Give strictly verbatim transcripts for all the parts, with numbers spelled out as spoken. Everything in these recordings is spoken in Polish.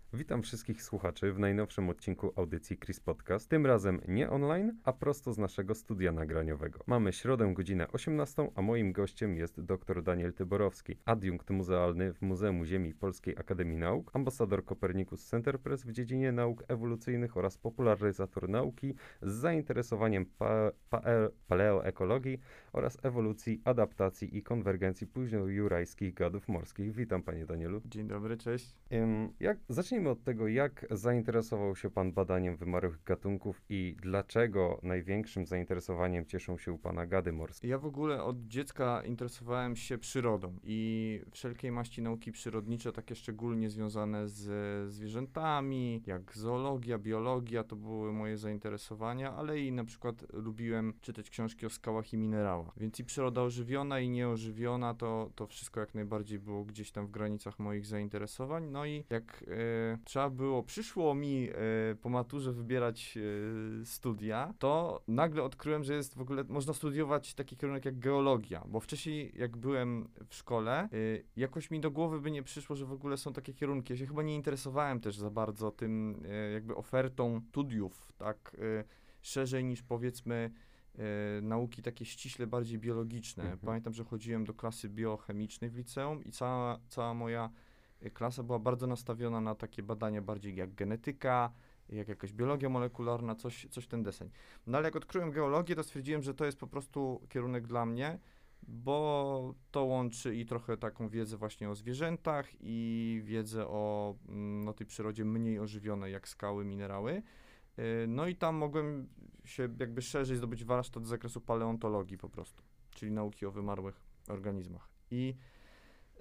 Witam wszystkich słuchaczy w najnowszym odcinku audycji Chris Podcast. Tym razem nie online, a prosto z naszego studia nagraniowego. Mamy środę godzinę osiemnastą, a moim gościem jest dr Daniel Tyborowski, adiunkt muzealny w Muzeum Ziemi Polskiej Akademii Nauk, ambasador Copernicus Center Press w dziedzinie nauk ewolucyjnych oraz popularyzator nauki z zainteresowaniem pa- pa- paleoekologii oraz ewolucji, adaptacji i konwergencji późnojurajskich gadów morskich. Witam, panie Danielu. Dzień dobry, cześć. Ym, Jak, zacznijmy od tego, jak zainteresował się pan badaniem wymarłych gatunków i dlaczego największym zainteresowaniem cieszą się u pana gady morskie? Ja w ogóle od dziecka interesowałem się przyrodą i wszelkiej maści nauki przyrodnicze, takie szczególnie związane z zwierzętami, jak zoologia, biologia, to były moje zainteresowania, ale i na przykład lubiłem czytać książki o skałach i minerałach. Więc i przyroda ożywiona i nieożywiona, to, to wszystko jak najbardziej było gdzieś tam w granicach moich zainteresowań. No i jak e, trzeba było, przyszło mi e, po maturze wybierać e, studia, to nagle odkryłem, że jest w ogóle, można studiować taki kierunek jak geologia, bo wcześniej jak byłem w szkole, y, jakoś mi do głowy by nie przyszło, że w ogóle są takie kierunki. Ja się chyba nie interesowałem też za bardzo tym y, jakby ofertą studiów, tak y, szerzej niż powiedzmy y, nauki takie ściśle bardziej biologiczne. Mhm. Pamiętam, że chodziłem do klasy biochemicznej w liceum i cała, cała moja y, klasa była bardzo nastawiona na takie badania bardziej jak genetyka, jak jakaś biologia molekularna, coś, coś ten deseń. No ale jak odkryłem geologię, to stwierdziłem, że to jest po prostu kierunek dla mnie, bo to łączy i trochę taką wiedzę właśnie o zwierzętach i wiedzę o mm, no, tej przyrodzie mniej ożywionej, jak skały, minerały. Yy, No i tam mogłem się jakby szerzej zdobyć warsztat z zakresu paleontologii po prostu, czyli nauki o wymarłych organizmach. I yy,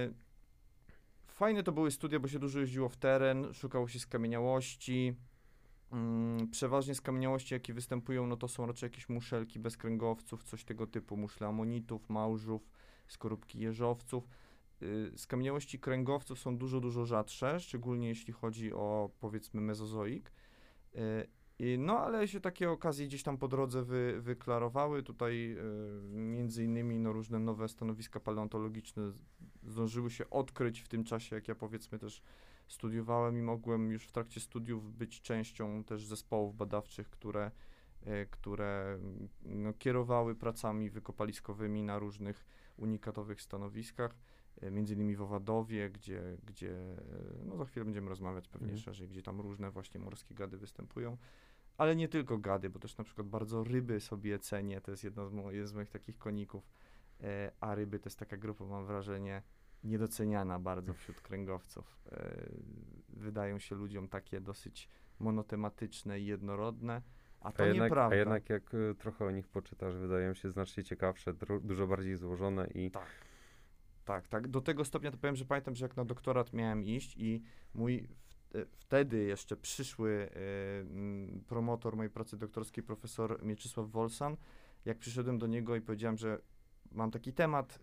fajne to były studia, bo się dużo jeździło w teren, szukało się skamieniałości. Mm, przeważnie skamieniałości, jakie występują, no to są raczej jakieś muszelki bezkręgowców, coś tego typu, muszle amonitów, małżów, skorupki jeżowców. Y, skamieniałości kręgowców są dużo, dużo rzadsze, szczególnie jeśli chodzi o, powiedzmy, mezozoik. Y, i, no, ale się takie okazje gdzieś tam po drodze wy, wyklarowały. Tutaj y, między innymi no, różne nowe stanowiska paleontologiczne z- zdążyły się odkryć w tym czasie, jak ja powiedzmy też studiowałem i mogłem już w trakcie studiów być częścią też zespołów badawczych, które, e, które mm, no, kierowały pracami wykopaliskowymi na różnych unikatowych stanowiskach, e, między innymi w Owadowie, gdzie, gdzie e, no za chwilę będziemy rozmawiać pewnie Mhm. szerzej, gdzie tam różne właśnie morskie gady występują. Ale nie tylko gady, bo też na przykład bardzo ryby sobie cenię, to jest jedno z, mo- jeden z moich takich koników, e, a ryby to jest taka grupa, mam wrażenie, niedoceniana bardzo wśród kręgowców. E, wydają się ludziom takie dosyć monotematyczne i jednorodne, a A to jednak, a nieprawda. jednak jak y, trochę o nich poczytasz, wydają się znacznie ciekawsze, dru- dużo bardziej złożone i Tak, tak, tak. Do tego stopnia to powiem, że pamiętam, że jak na doktorat miałem iść i mój w, e, wtedy jeszcze przyszły e, m, promotor mojej pracy doktorskiej, profesor Mieczysław Wolsan, jak przyszedłem do niego i powiedziałem, że mam taki temat,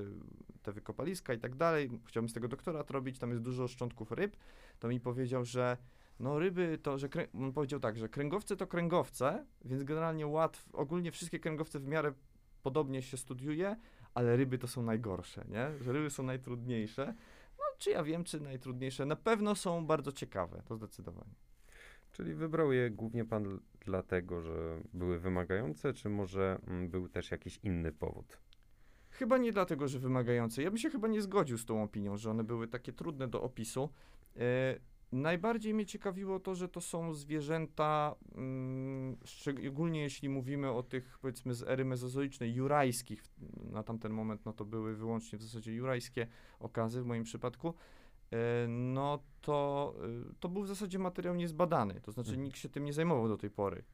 y, te wykopaliska i tak dalej, chciałbym z tego doktorat robić, tam jest dużo szczątków ryb, to mi powiedział, że no ryby to, że krę... on powiedział tak, że kręgowce to kręgowce, więc generalnie łatw, ogólnie wszystkie kręgowce w miarę podobnie się studiuje, ale ryby to są najgorsze, nie? Że ryby są najtrudniejsze. No, czy ja wiem, czy najtrudniejsze? Na pewno są bardzo ciekawe, to zdecydowanie. czyli wybrał je głównie pan dl- dlatego, że były wymagające, czy może mm, był też jakiś inny powód? Chyba nie dlatego, że wymagające. Ja bym się chyba nie zgodził z tą opinią, że one były takie trudne do opisu. E, najbardziej mnie ciekawiło to, że to są zwierzęta, mm, szczególnie jeśli mówimy o tych, powiedzmy, z ery mezozoicznej, jurajskich. Na tamten moment, no to były wyłącznie w zasadzie jurajskie okazy w moim przypadku. E, no to, e, to był w zasadzie materiał niezbadany, to znaczy Mhm. nikt się tym nie zajmował do tej pory.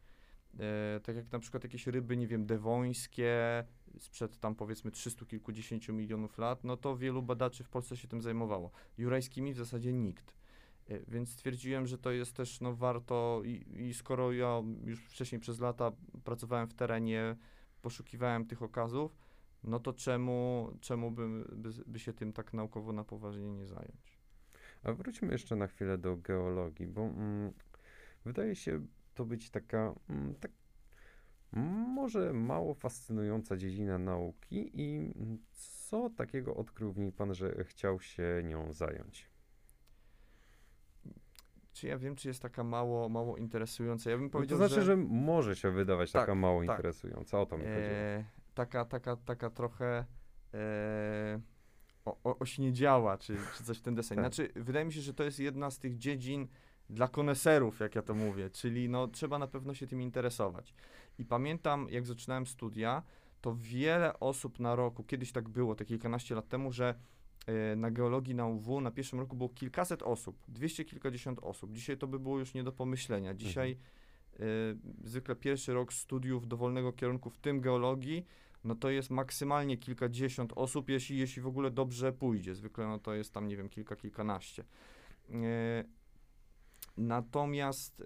E, tak jak na przykład jakieś ryby, nie wiem, dewońskie, sprzed tam powiedzmy trzystu kilkudziesięciu milionów lat, no to wielu badaczy w Polsce się tym zajmowało. Jurajskimi w zasadzie nikt. E, Więc stwierdziłem, że to jest też, no warto i, i skoro ja już wcześniej przez lata pracowałem w terenie, poszukiwałem tych okazów, no to czemu, czemu by, by, by się tym tak naukowo na poważnie nie zająć? A wróćmy jeszcze na chwilę do geologii, bo mm, wydaje się to być taka, mm, tak, może mało fascynująca dziedzina nauki i mm, co takiego odkrył w niej pan, że chciał się nią zająć? Czy ja wiem, czy jest taka mało, mało interesująca? Ja bym No to powiedział, znaczy, że... że może się wydawać Tak, taka mało tak. interesująca. O to mi chodziło. e, taka, taka, taka trochę e, o, o, ośniedziała, czy, czy coś w ten deseń. Tak. Znaczy, wydaje mi się, że to jest jedna z tych dziedzin dla koneserów, jak ja to mówię, czyli no, trzeba na pewno się tym interesować. I pamiętam, jak zaczynałem studia, to wiele osób na roku, kiedyś tak było, te kilkanaście lat temu, że e, na geologii na U W na pierwszym roku było kilkaset osób, dwieście kilkadziesiąt osób. Dzisiaj to by było już nie do pomyślenia. Dzisiaj e, zwykle pierwszy rok studiów dowolnego kierunku, w tym geologii, no to jest maksymalnie kilkadziesiąt osób, jeśli, jeśli w ogóle dobrze pójdzie. Zwykle no to jest tam, nie wiem, kilka, kilkanaście. E, Natomiast, e,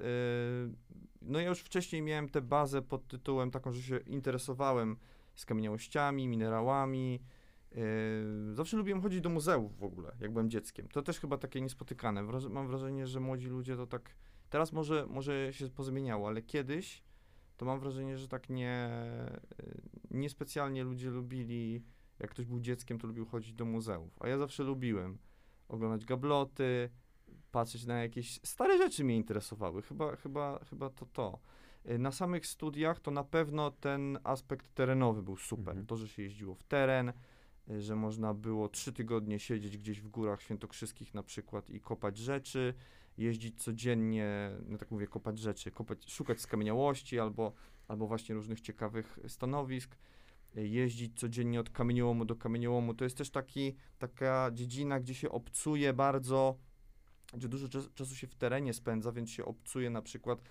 no ja już wcześniej miałem tę bazę pod tytułem taką, że się interesowałem skamieniałościami, minerałami. e, Zawsze lubiłem chodzić do muzeów w ogóle, jak byłem dzieckiem. To też chyba takie niespotykane. Wraż- mam wrażenie, że młodzi ludzie to tak, teraz może, może się pozmieniało, ale kiedyś to mam wrażenie, że tak nie, niespecjalnie ludzie lubili, jak ktoś był dzieckiem, to lubił chodzić do muzeów. A ja zawsze lubiłem oglądać gabloty, patrzeć na jakieś stare rzeczy mnie interesowały. Chyba, chyba, chyba to to. Y, Na samych studiach to na pewno ten aspekt terenowy był super. Mhm. To, że się jeździło w teren, y, że można było trzy tygodnie siedzieć gdzieś w górach świętokrzyskich na przykład i kopać rzeczy, jeździć codziennie, no tak mówię, kopać rzeczy, kopać, szukać skamieniałości albo, albo właśnie różnych ciekawych stanowisk, y, jeździć codziennie od kamieniołomu do kamieniołomu. To jest też taki, taka dziedzina, gdzie się obcuje bardzo, gdzie dużo czas, czasu się w terenie spędza, więc się obcuje na przykład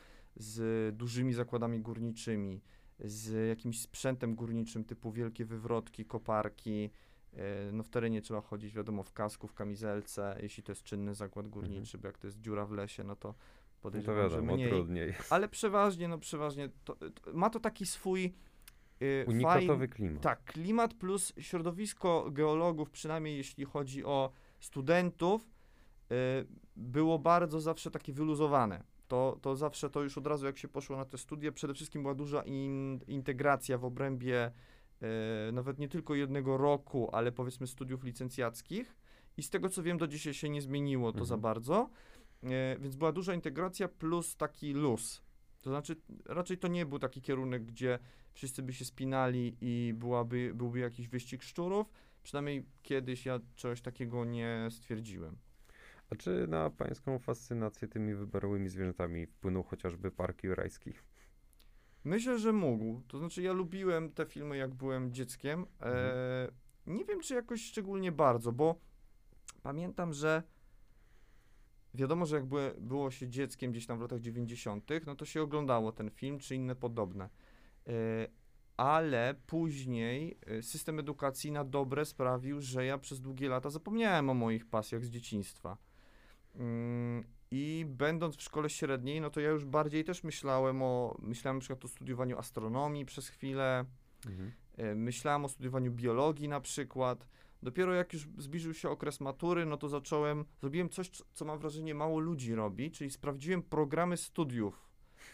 z dużymi zakładami górniczymi, z jakimś sprzętem górniczym typu wielkie wywrotki, koparki. E, No w terenie trzeba chodzić, wiadomo, w kasku, w kamizelce, jeśli to jest czynny zakład górniczy, bo jak to jest dziura w lesie, no to No to podejrzewam, że wiadomo, mniej. trudniej. Ale przeważnie, no przeważnie, to, to, ma to taki swój y, Unikatowy fajn- klimat. tak, klimat plus środowisko geologów, przynajmniej jeśli chodzi o studentów, y, było bardzo zawsze takie wyluzowane. To, to zawsze to już od razu jak się poszło na te studia, przede wszystkim była duża in, integracja w obrębie y, nawet nie tylko jednego roku, ale powiedzmy studiów licencjackich i z tego co wiem do dzisiaj się nie zmieniło to Mhm. za bardzo, y, więc była duża integracja plus taki luz. To znaczy raczej to nie był taki kierunek, gdzie wszyscy by się spinali i byłaby, byłby jakiś wyścig szczurów. Przynajmniej kiedyś ja czegoś takiego nie stwierdziłem. A czy na pańską fascynację tymi wybarłymi zwierzętami wpłynął chociażby Park Jurajski? Myślę, że mógł. To znaczy ja lubiłem te filmy, jak byłem dzieckiem. E, nie wiem, czy jakoś szczególnie bardzo, bo pamiętam, że wiadomo, że jak były, było się dzieckiem gdzieś tam w latach dziewięćdziesiątych, no to się oglądało ten film, czy inne podobne. E, ale później e, system edukacji na dobre sprawił, że ja przez długie lata zapomniałem o moich pasjach z dzieciństwa. Mm, I będąc w szkole średniej, no to ja już bardziej też myślałem o, myślałem na przykład o studiowaniu astronomii przez chwilę, Mhm. e, myślałem o studiowaniu biologii na przykład. Dopiero jak już zbliżył się okres matury, no to zacząłem, zrobiłem coś, co, co mam wrażenie mało ludzi robi, czyli sprawdziłem programy studiów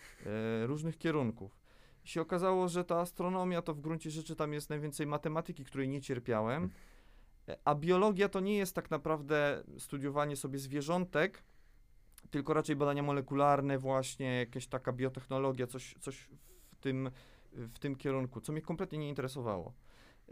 e, różnych kierunków. I się okazało, że ta astronomia to w gruncie rzeczy tam jest najwięcej matematyki, której nie cierpiałem, e, a biologia to nie jest tak naprawdę studiowanie sobie zwierzątek, tylko raczej badania molekularne właśnie, jakaś taka biotechnologia, coś, coś w tym, w tym kierunku, co mnie kompletnie nie interesowało. E,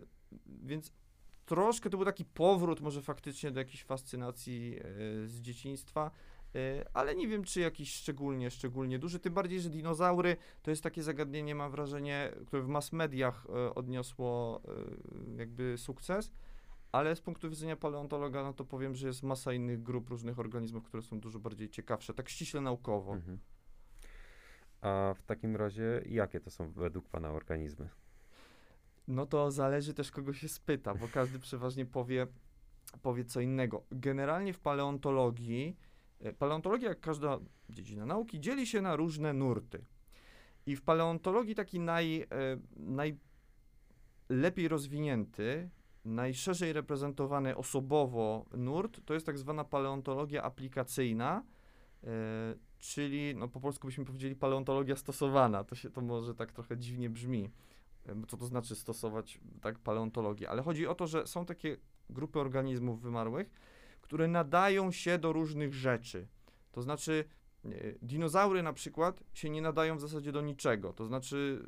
więc troszkę to był taki powrót może faktycznie do jakiejś fascynacji e, z dzieciństwa, e, ale nie wiem, czy jakiś szczególnie, szczególnie duży, tym bardziej, że dinozaury to jest takie zagadnienie, mam wrażenie, które w mass mediach e, odniosło e, jakby sukces, ale z punktu widzenia paleontologa, no to powiem, że jest masa innych grup różnych organizmów, które są dużo bardziej ciekawsze, tak ściśle naukowo. Mhm. A w takim razie, jakie to są według pana organizmy? No to zależy też, kogo się spyta, bo każdy przeważnie powie, powie co innego. Generalnie w paleontologii, e, paleontologia, jak każda dziedzina nauki, dzieli się na różne nurty. I w paleontologii taki naj, e, najlepiej rozwinięty, najszerzej reprezentowany osobowo nurt, to jest tak zwana paleontologia aplikacyjna, e, czyli no po polsku byśmy powiedzieli paleontologia stosowana. To się to może tak trochę dziwnie brzmi, e, bo co to znaczy stosować tak paleontologię, ale chodzi o to, że są takie grupy organizmów wymarłych, które nadają się do różnych rzeczy. To znaczy e, dinozaury na przykład się nie nadają w zasadzie do niczego, to znaczy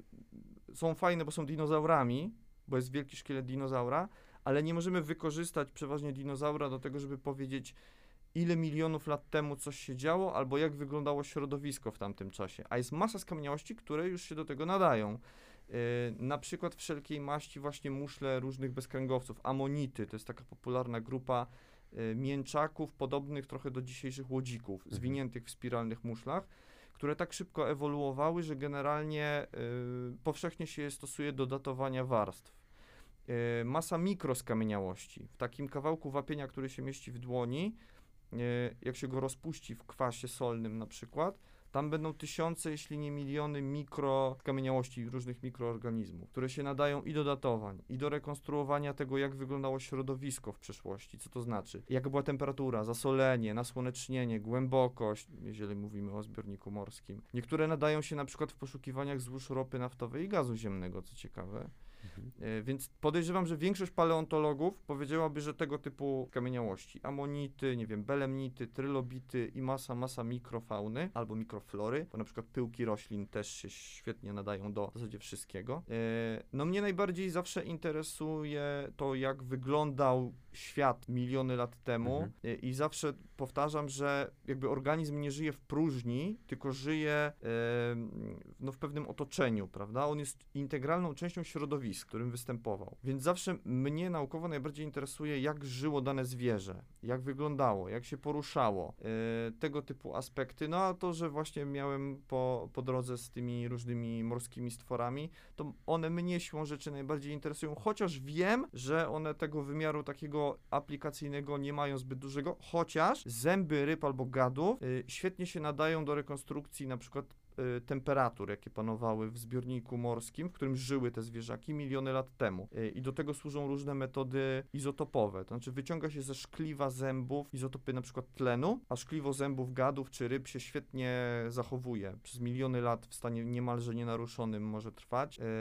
e, są fajne, bo są dinozaurami, bo jest wielki szkielet dinozaura, ale nie możemy wykorzystać przeważnie dinozaura do tego, żeby powiedzieć, ile milionów lat temu coś się działo, albo jak wyglądało środowisko w tamtym czasie. A jest masa skamieniałości, które już się do tego nadają. Yy, na przykład wszelkiej maści właśnie muszle różnych bezkręgowców, amonity, to jest taka popularna grupa yy, mięczaków, podobnych trochę do dzisiejszych łodzików, Mhm. zwiniętych w spiralnych muszlach, które tak szybko ewoluowały, że generalnie yy, powszechnie się je stosuje do datowania warstw. Yy, masa mikroskamieniałości. W takim kawałku wapienia, który się mieści w dłoni, jak się go rozpuści w kwasie solnym na przykład, tam będą tysiące, jeśli nie miliony mikroskamieniałości różnych mikroorganizmów, które się nadają i do datowań, i do rekonstruowania tego, jak wyglądało środowisko w przeszłości, co to znaczy, jaka była temperatura, zasolenie, nasłonecznienie, głębokość, jeżeli mówimy o zbiorniku morskim. Niektóre nadają się na przykład w poszukiwaniach złóż ropy naftowej i gazu ziemnego, co ciekawe. Mhm. E, Więc podejrzewam, że większość paleontologów powiedziałaby, że tego typu kamieniałości, amonity, nie wiem, belemnity, trylobity i masa, masa mikrofauny albo mikroflory, bo na przykład pyłki roślin też się świetnie nadają do w zasadzie wszystkiego. E, No mnie najbardziej zawsze interesuje to, jak wyglądał świat miliony lat temu Mhm. e, i zawsze powtarzam, że jakby organizm nie żyje w próżni, tylko żyje e, no, w pewnym otoczeniu, prawda? On jest integralną częścią środowiska, w którym występował. Więc zawsze mnie naukowo najbardziej interesuje, jak żyło dane zwierzę, jak wyglądało, jak się poruszało, yy, tego typu aspekty. No a to, że właśnie miałem po, po drodze z tymi różnymi morskimi stworami, to one mnie siłą rzeczy najbardziej interesują, chociaż wiem, że one tego wymiaru takiego aplikacyjnego nie mają zbyt dużego, chociaż zęby ryb albo gadów yy, świetnie się nadają do rekonstrukcji na przykład y, temperatur, jakie panowały w zbiorniku morskim, w którym żyły te zwierzaki miliony lat temu. Y, I do tego służą różne metody izotopowe, to znaczy wyciąga się ze szkliwa zębów izotopy na przykład tlenu, a szkliwo zębów gadów czy ryb się świetnie zachowuje. Przez miliony lat w stanie niemalże nienaruszonym może trwać. Y,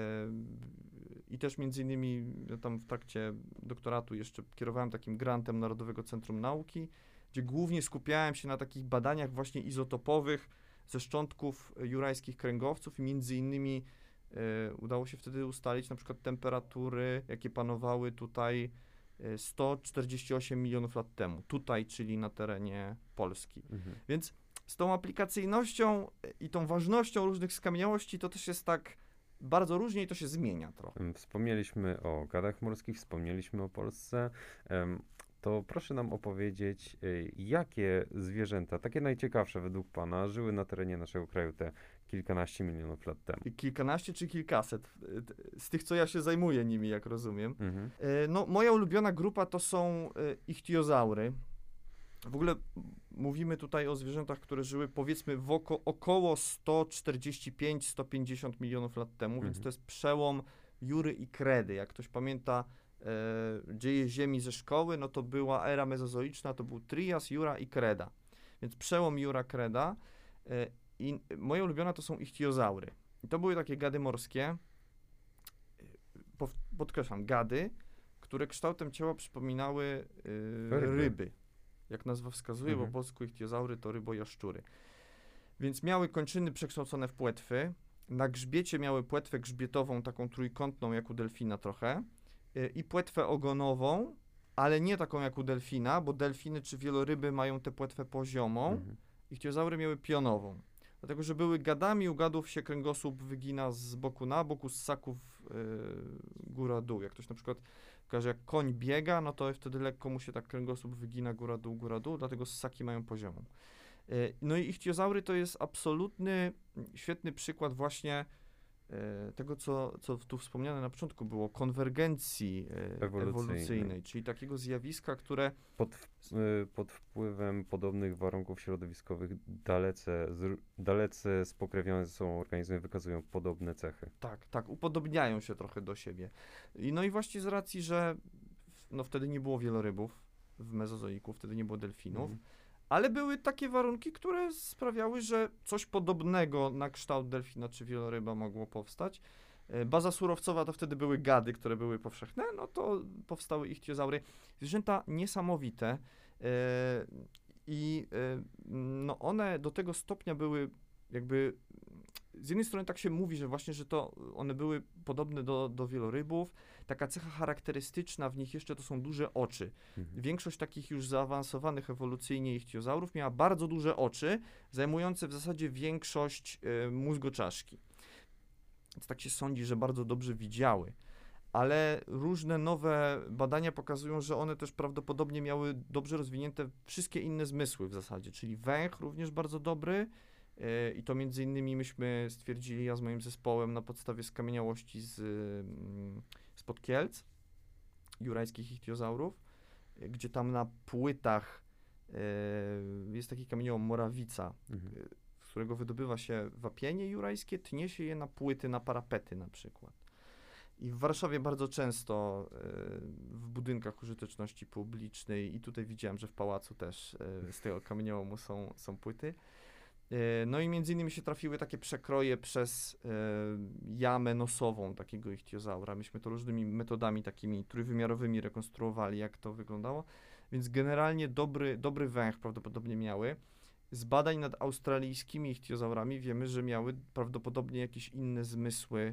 I też między innymi ja tam w trakcie doktoratu jeszcze kierowałem takim grantem Narodowego Centrum Nauki, gdzie głównie skupiałem się na takich badaniach właśnie izotopowych ze szczątków jurajskich kręgowców i między innymi e, udało się wtedy ustalić na przykład temperatury, jakie panowały tutaj e, sto czterdzieści osiem milionów lat temu, tutaj, czyli na terenie Polski. Mhm. Więc z tą aplikacyjnością i tą ważnością różnych skamieniałości to też jest tak bardzo różnie i to się zmienia trochę. Em, Wspomnieliśmy o gadach morskich, wspomnieliśmy o Polsce. Em, To proszę nam opowiedzieć, y, jakie zwierzęta, takie najciekawsze według Pana, żyły na terenie naszego kraju te kilkanaście milionów lat temu. Kilkanaście czy kilkaset, z tych, co ja się zajmuję nimi, jak rozumiem. Mhm. E, No, moja ulubiona grupa to są e, ichtiozaury. W ogóle mówimy tutaj o zwierzętach, które żyły powiedzmy w oko, około sto czterdzieści pięć do stu pięćdziesięciu milionów lat temu, Mhm. więc to jest przełom Jury i Kredy. Jak ktoś pamięta e, dzieje Ziemi ze szkoły, no to była era mezozoiczna, to był Trias, Jura i Kreda. Więc przełom Jura-Kreda. E, I moja ulubiona to są ichtiozaury. I to były takie gady morskie, Pow- podkreślam, gady, które kształtem ciała przypominały y, Ryby. ryby. Jak nazwa wskazuje, Mhm. bo po polsku ichtiozaury to rybojaszczury. Więc miały kończyny przekształcone w płetwy. Na grzbiecie miały płetwę grzbietową, taką trójkątną jak u delfina trochę, y, i płetwę ogonową, ale nie taką jak u delfina, bo delfiny czy wieloryby mają tę płetwę poziomą. Mhm. Ichtiozaury miały pionową. Dlatego, że były gadami, u gadów się kręgosłup wygina z boku na bok, u ssaków yy, góra-dół. Jak ktoś na przykład każe, jak koń biega, no to wtedy lekko mu się tak kręgosłup wygina góra-dół, góra-dół, dlatego ssaki mają poziomą. Yy, no i ichtiozaury to jest absolutny, świetny przykład właśnie yy, tego, co, co tu wspomniane na początku było, konwergencji yy, Ewolucyjnej. ewolucyjnej, czyli takiego zjawiska, które Pod, w- y, pod wpływem podobnych warunków środowiskowych dalece, zr- dalece spokrewnione ze sobą organizmy wykazują podobne cechy. tak, tak, upodobniają się trochę do siebie. I no i właśnie z racji, że w- no wtedy nie było wielorybów w Mezozoiku, wtedy nie było delfinów, Mhm. ale były takie warunki, które sprawiały, że coś podobnego na kształt delfina czy wieloryba mogło powstać. E, Baza surowcowa to wtedy były gady, które były powszechne, no to powstały ichtiozaury. Zwierzęta niesamowite. E, I y, no one do tego stopnia były jakby, z jednej strony tak się mówi, że właśnie, że to one były podobne do, do wielorybów. Taka cecha charakterystyczna w nich jeszcze to są duże oczy. Mhm. Większość takich już zaawansowanych ewolucyjnie ichtiozaurów miała bardzo duże oczy, zajmujące w zasadzie większość y, mózgoczaszki. Więc tak się sądzi, że bardzo dobrze widziały. Ale różne nowe badania pokazują, że one też prawdopodobnie miały dobrze rozwinięte wszystkie inne zmysły w zasadzie, czyli węch również bardzo dobry yy, i to między innymi myśmy stwierdzili, ja z moim zespołem, na podstawie skamieniałości z, yy, spod Kielc, jurajskich ichtiozaurów, yy, gdzie tam na płytach yy, jest taki kamieniołom Morawica, Mhm. yy, z którego wydobywa się wapienie jurajskie, tnie się je na płyty, na parapety na przykład. I w Warszawie bardzo często y, w budynkach użyteczności publicznej i tutaj widziałem, że w pałacu też y, z tego kamieniołomu są, są płyty. Y, no i między innymi się trafiły takie przekroje przez y, jamę nosową takiego ichtiozaura. Myśmy to różnymi metodami takimi trójwymiarowymi rekonstruowali, jak to wyglądało. Więc generalnie dobry, dobry węch prawdopodobnie miały. Z badań nad australijskimi ichtiozaurami wiemy, że miały prawdopodobnie jakieś inne zmysły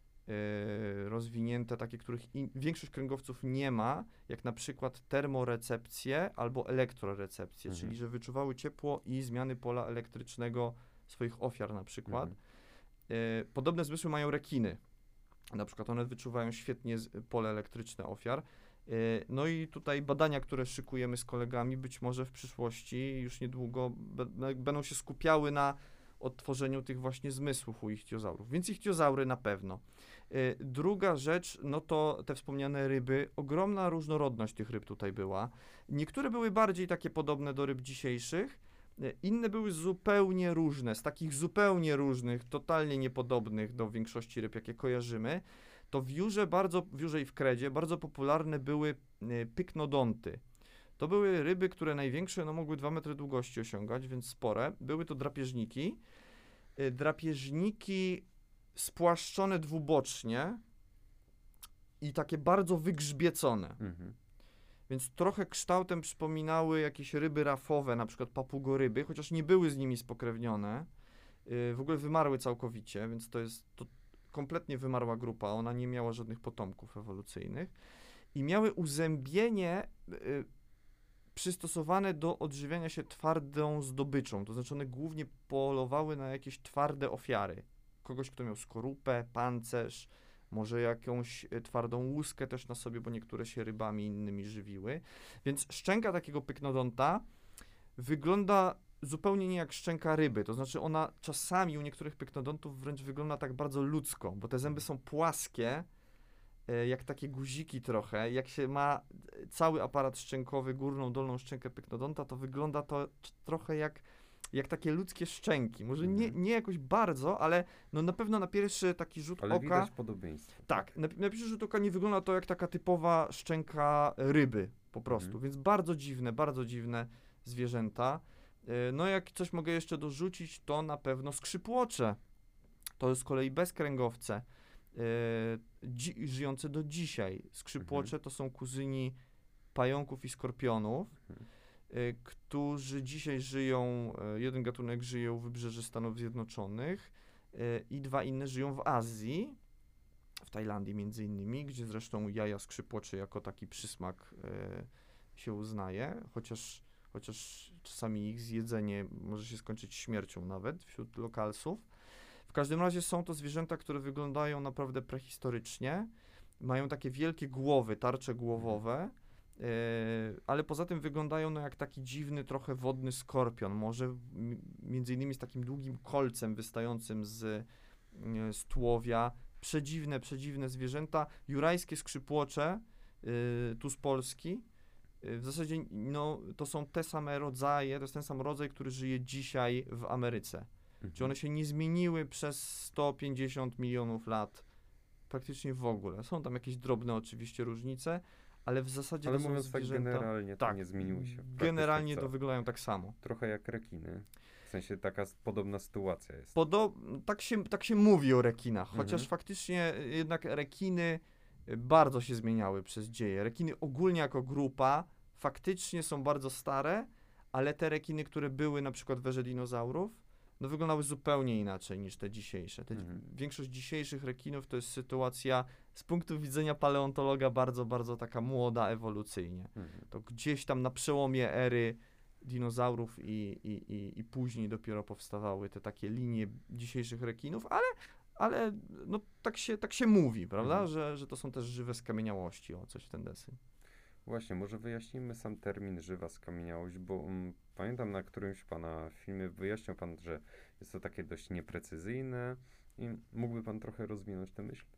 rozwinięte, takie, których in, większość kręgowców nie ma, jak na przykład termorecepcję albo elektrorecepcję, Mhm. czyli że wyczuwały ciepło i zmiany pola elektrycznego swoich ofiar na przykład. Mhm. Y, podobne zmysły mają rekiny. Na przykład one wyczuwają świetnie z, pole elektryczne ofiar. Y, no i tutaj badania, które szykujemy z kolegami, być może w przyszłości już niedługo be, będą się skupiały na odtworzeniu tych właśnie zmysłów u ichtiozaurów. Więc ichtiozaury na pewno. Y, druga rzecz, no to te wspomniane ryby. Ogromna różnorodność tych ryb tutaj była. Niektóre były bardziej takie podobne do ryb dzisiejszych, y, inne były zupełnie różne, z takich zupełnie różnych, totalnie niepodobnych do większości ryb, jakie kojarzymy. To w Jurze, bardzo, w Jurze i w Kredzie bardzo popularne były y, pyknodonty. To były ryby, które największe no, mogły dwa metry długości osiągać, więc spore. Były to drapieżniki. Y, drapieżniki spłaszczone dwubocznie i takie bardzo wygrzbiecone. Mhm. Więc trochę kształtem przypominały jakieś ryby rafowe, na przykład papugoryby, chociaż nie były z nimi spokrewnione. Y, w ogóle wymarły całkowicie, więc to jest to kompletnie wymarła grupa. Ona nie miała żadnych potomków ewolucyjnych. I miały uzębienie y, przystosowane do odżywiania się twardą zdobyczą. To znaczy one głównie polowały na jakieś twarde ofiary. Kogoś, kto miał skorupę, pancerz, może jakąś y, twardą łuskę też na sobie, bo niektóre się rybami innymi żywiły. Więc szczęka takiego pyknodonta wygląda zupełnie nie jak szczęka ryby. To znaczy ona czasami u niektórych pyknodontów wręcz wygląda tak bardzo ludzko, bo te zęby są płaskie, y, jak takie guziki trochę. Jak się ma cały aparat szczękowy, górną, dolną szczękę pyknodonta, to wygląda to t- trochę jak jak takie ludzkie szczęki. Może nie, Mhm. nie jakoś bardzo, ale no na pewno na pierwszy taki rzut Ale oka... widać podobieństwo. Tak, na, na pierwszy rzut oka nie wygląda to jak taka typowa szczęka ryby po prostu, Mhm. więc bardzo dziwne, bardzo dziwne zwierzęta. Yy, No jak coś mogę jeszcze dorzucić, to na pewno skrzypłocze. To z kolei bezkręgowce, yy, dzi- żyjące do dzisiaj. Skrzypłocze to są kuzyni pająków i skorpionów, Mhm. y, którzy dzisiaj żyją, y, jeden gatunek żyje u wybrzeży Stanów Zjednoczonych y, i dwa inne żyją w Azji, w Tajlandii między innymi, gdzie zresztą jaja skrzypłoczy jako taki przysmak y, się uznaje, chociaż, chociaż czasami ich zjedzenie może się skończyć śmiercią nawet wśród lokalsów. W każdym razie są to zwierzęta, które wyglądają naprawdę prehistorycznie, mają takie wielkie głowy, tarcze głowowe, Yy, ale poza tym wyglądają no jak taki dziwny, trochę wodny skorpion, może m- między innymi z takim długim kolcem wystającym z, yy, z tułowia. Przedziwne, przedziwne zwierzęta. Jurajskie skrzypłocze, yy, tu z Polski. Yy, w zasadzie no, to są te same rodzaje, to jest ten sam rodzaj, który żyje dzisiaj w Ameryce. Mhm. Czy one się nie zmieniły przez sto pięćdziesiąt milionów lat praktycznie w ogóle. Są tam jakieś drobne oczywiście różnice, ale w zasadzie Ale to są mówiąc tak zwierzęta... generalnie, to tak, nie zmieniły się. praktycznie Generalnie to wcale. wyglądają tak samo. Trochę jak rekiny. W sensie taka s- podobna sytuacja jest. Podo- tak, się, tak się mówi o rekinach, chociaż Mhm. faktycznie y, jednak rekiny y, bardzo się zmieniały przez dzieje. Rekiny ogólnie jako grupa faktycznie są bardzo stare, ale te rekiny, które były na przykład w erze dinozaurów, no wyglądały zupełnie inaczej niż te dzisiejsze. Te, Mhm. Większość dzisiejszych rekinów to jest sytuacja z punktu widzenia paleontologa bardzo, bardzo taka młoda ewolucyjnie. Mhm. To gdzieś tam na przełomie ery dinozaurów i, i, i, i później dopiero powstawały te takie linie dzisiejszych rekinów, ale, ale no, tak, się, tak się mówi, prawda, Mhm. że, że to są też żywe skamieniałości, o coś w ten deseń. Właśnie, może wyjaśnijmy sam termin żywa skamieniałość, bo um, pamiętam na którymś pana filmie wyjaśniał pan, że jest to takie dość nieprecyzyjne i mógłby pan trochę rozwinąć tę myśl?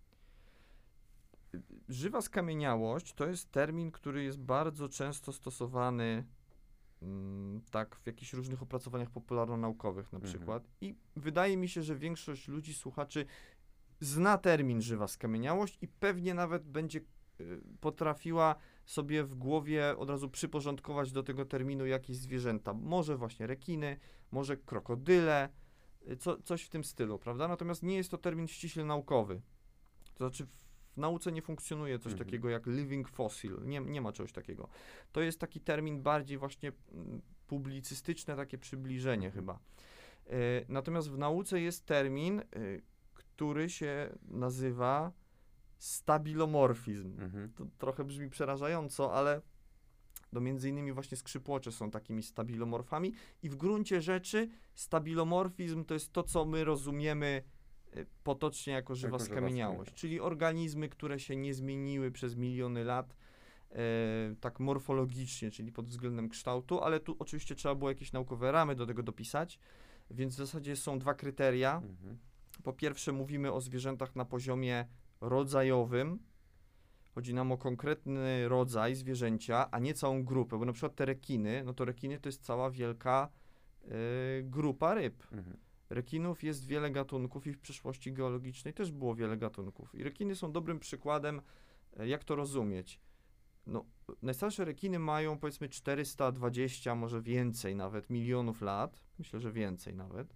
Żywa skamieniałość to jest termin, który jest bardzo często stosowany mm, tak w jakichś różnych opracowaniach popularno-naukowych na Mhm. przykład i wydaje mi się, że większość ludzi, słuchaczy zna termin żywa skamieniałość i pewnie nawet będzie y, potrafiła sobie w głowie od razu przyporządkować do tego terminu jakieś zwierzęta. Może właśnie rekiny, może krokodyle, y, co, coś w tym stylu, prawda? Natomiast nie jest to termin ściśle naukowy. To znaczy w, w nauce nie funkcjonuje coś Mhm. takiego jak living fossil. Nie, nie ma czegoś takiego. To jest taki termin bardziej właśnie mm, publicystyczne, takie przybliżenie Mhm. chyba. Y, natomiast w nauce jest termin, y, który się nazywa stabilomorfizm. Mhm. To trochę brzmi przerażająco, ale no między innymi właśnie skrzypłocze są takimi stabilomorfami i w gruncie rzeczy stabilomorfizm to jest to, co my rozumiemy y, potocznie jako żywa Jako żywa skamieniałość, skamieniałość. czyli organizmy, które się nie zmieniły przez miliony lat, e, tak morfologicznie, czyli pod względem kształtu, ale tu oczywiście trzeba było jakieś naukowe ramy do tego dopisać, więc w zasadzie są dwa kryteria. Mhm. Po pierwsze mówimy o zwierzętach na poziomie rodzajowym. Chodzi nam o konkretny rodzaj zwierzęcia, a nie całą grupę, bo na przykład te rekiny, no to rekiny to jest cała wielka y, grupa ryb. Mhm. Rekinów jest wiele gatunków i w przeszłości geologicznej też było wiele gatunków. I rekiny są dobrym przykładem, e, jak to rozumieć. No, najstarsze rekiny mają powiedzmy czterysta dwadzieścia, może więcej nawet, milionów lat. Myślę, że więcej nawet.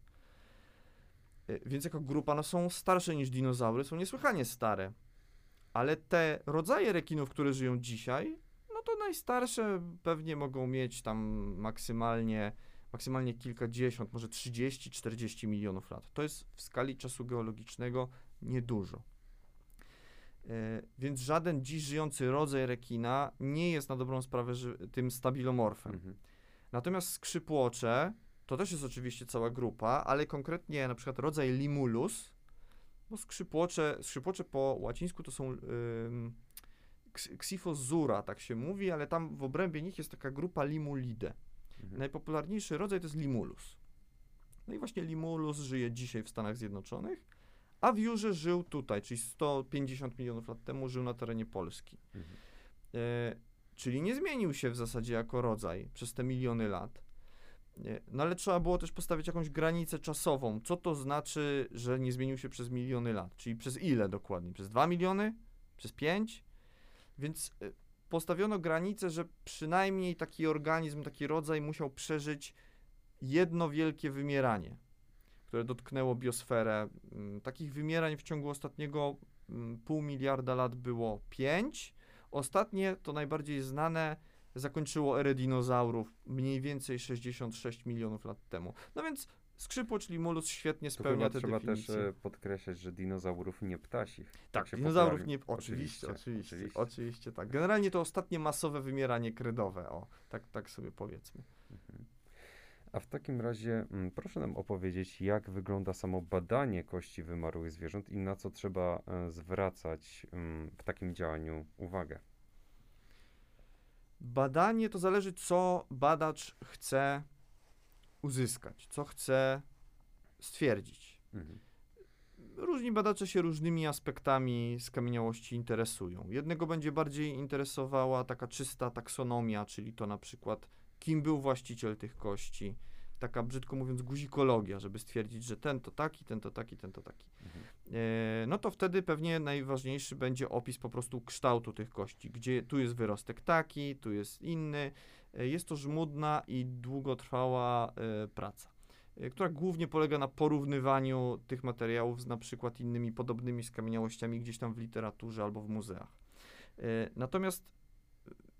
E, Więc jako grupa no, są starsze niż dinozaury, są niesłychanie stare. Ale te rodzaje rekinów, które żyją dzisiaj, no to najstarsze pewnie mogą mieć tam maksymalnie, maksymalnie kilkadziesiąt, może trzydzieści czterdzieści milionów lat. To jest w skali czasu geologicznego niedużo. E, Więc żaden dziś żyjący rodzaj rekina nie jest na dobrą sprawę ży- tym stabilomorfem. Mhm. Natomiast skrzypłocze, to też jest oczywiście cała grupa, ale konkretnie na przykład rodzaj Limulus, bo skrzypłocze, skrzypłocze po łacińsku to są ym, ks- Xyphozura, tak się mówi, ale tam w obrębie nich jest taka grupa Limulidae. Mhm. Najpopularniejszy rodzaj to jest Limulus. No i właśnie Limulus żyje dzisiaj w Stanach Zjednoczonych, a w Jurze żył tutaj, czyli sto pięćdziesiąt milionów lat temu żył na terenie Polski. Mhm. E, czyli nie zmienił się w zasadzie jako rodzaj przez te miliony lat. E, no ale trzeba było też postawić jakąś granicę czasową. Co to znaczy, że nie zmienił się przez miliony lat? Czyli przez ile dokładnie? Przez dwa miliony? Przez pięć? Więc e, postawiono granicę, że przynajmniej taki organizm, taki rodzaj musiał przeżyć jedno wielkie wymieranie, które dotknęło biosferę. Mm, Takich wymierań w ciągu ostatniego mm, pół miliarda lat było pięć. Ostatnie, to najbardziej znane, zakończyło erę dinozaurów mniej więcej sześćdziesiąt sześć milionów lat temu. No więc skrzypłocz Limulus świetnie Tu spełnia chyba te trzeba definicje. też e, podkreślać, że dinozaurów nie ptasich. Tak, się dinozaurów popularnie- nie... Oczywiście, oczywiście, oczywiście. oczywiście, tak. Generalnie to ostatnie masowe wymieranie kredowe, o, tak, tak sobie powiedzmy. Mhm. A w takim razie mm, proszę nam opowiedzieć, jak wygląda samo badanie kości wymarłych zwierząt i na co trzeba e, zwracać mm, w takim działaniu uwagę. Badanie to zależy, co badacz chce uzyskać, co chce stwierdzić. Mhm. Różni badacze się różnymi aspektami skamieniałości interesują. Jednego będzie bardziej interesowała taka czysta taksonomia, czyli to na przykład kim był właściciel tych kości, taka brzydko mówiąc guzikologia, żeby stwierdzić, że ten to taki, ten to taki, ten to taki. Mhm. E, no to wtedy pewnie najważniejszy będzie opis po prostu kształtu tych kości, gdzie tu jest wyrostek taki, tu jest inny. E, jest to żmudna i długotrwała e, praca, e, która głównie polega na porównywaniu tych materiałów z na przykład innymi podobnymi skamieniałościami gdzieś tam w literaturze albo w muzeach. E, natomiast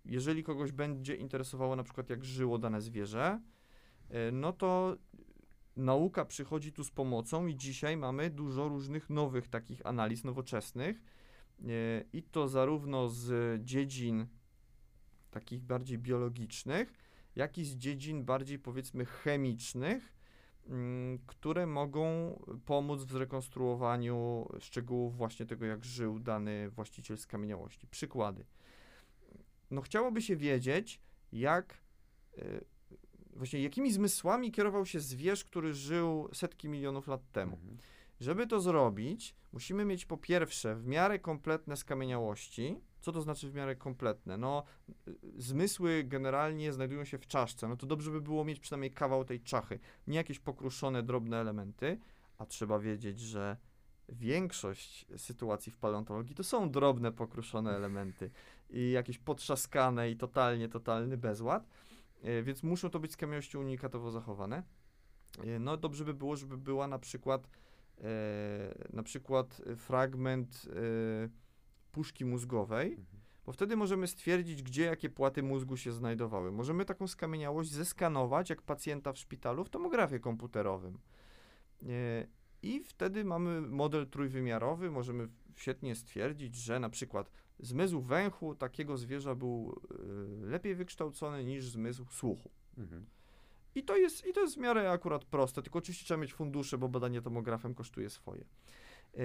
jeżeli kogoś będzie interesowało na przykład jak żyło dane zwierzę, y, no to nauka przychodzi tu z pomocą i dzisiaj mamy dużo różnych nowych takich analiz nowoczesnych y, i to zarówno z dziedzin takich bardziej biologicznych, jak i z dziedzin bardziej powiedzmy chemicznych, mm, które mogą pomóc w zrekonstruowaniu szczegółów właśnie tego, jak żył dany właściciel skamieniałości. Przykłady. No chciałoby się wiedzieć, jak, y, właśnie jakimi zmysłami kierował się zwierz, który żył setki milionów lat temu. Mhm. Żeby to zrobić, musimy mieć po pierwsze w miarę kompletne skamieniałości. Co to znaczy w miarę kompletne? No, y, zmysły generalnie znajdują się w czaszce, no to dobrze by było mieć przynajmniej kawał tej czachy, nie jakieś pokruszone, drobne elementy, a trzeba wiedzieć, że większość sytuacji w paleontologii to są drobne, pokruszone elementy i jakieś potrzaskane i totalnie, totalny bezład, y, więc muszą to być skamieniałości unikatowo zachowane. Y, No dobrze by było, żeby była na przykład e, na przykład fragment e, puszki mózgowej, Mhm. bo wtedy możemy stwierdzić, gdzie jakie płaty mózgu się znajdowały. Możemy taką skamieniałość zeskanować jak pacjenta w szpitalu w tomografie komputerowym. E, I wtedy mamy model trójwymiarowy, możemy świetnie stwierdzić, że na przykład zmysł węchu takiego zwierza był e, lepiej wykształcony niż zmysł słuchu. Mhm. I to jest, i to jest w miarę akurat proste, tylko oczywiście trzeba mieć fundusze, bo badanie tomografem kosztuje swoje. Yy,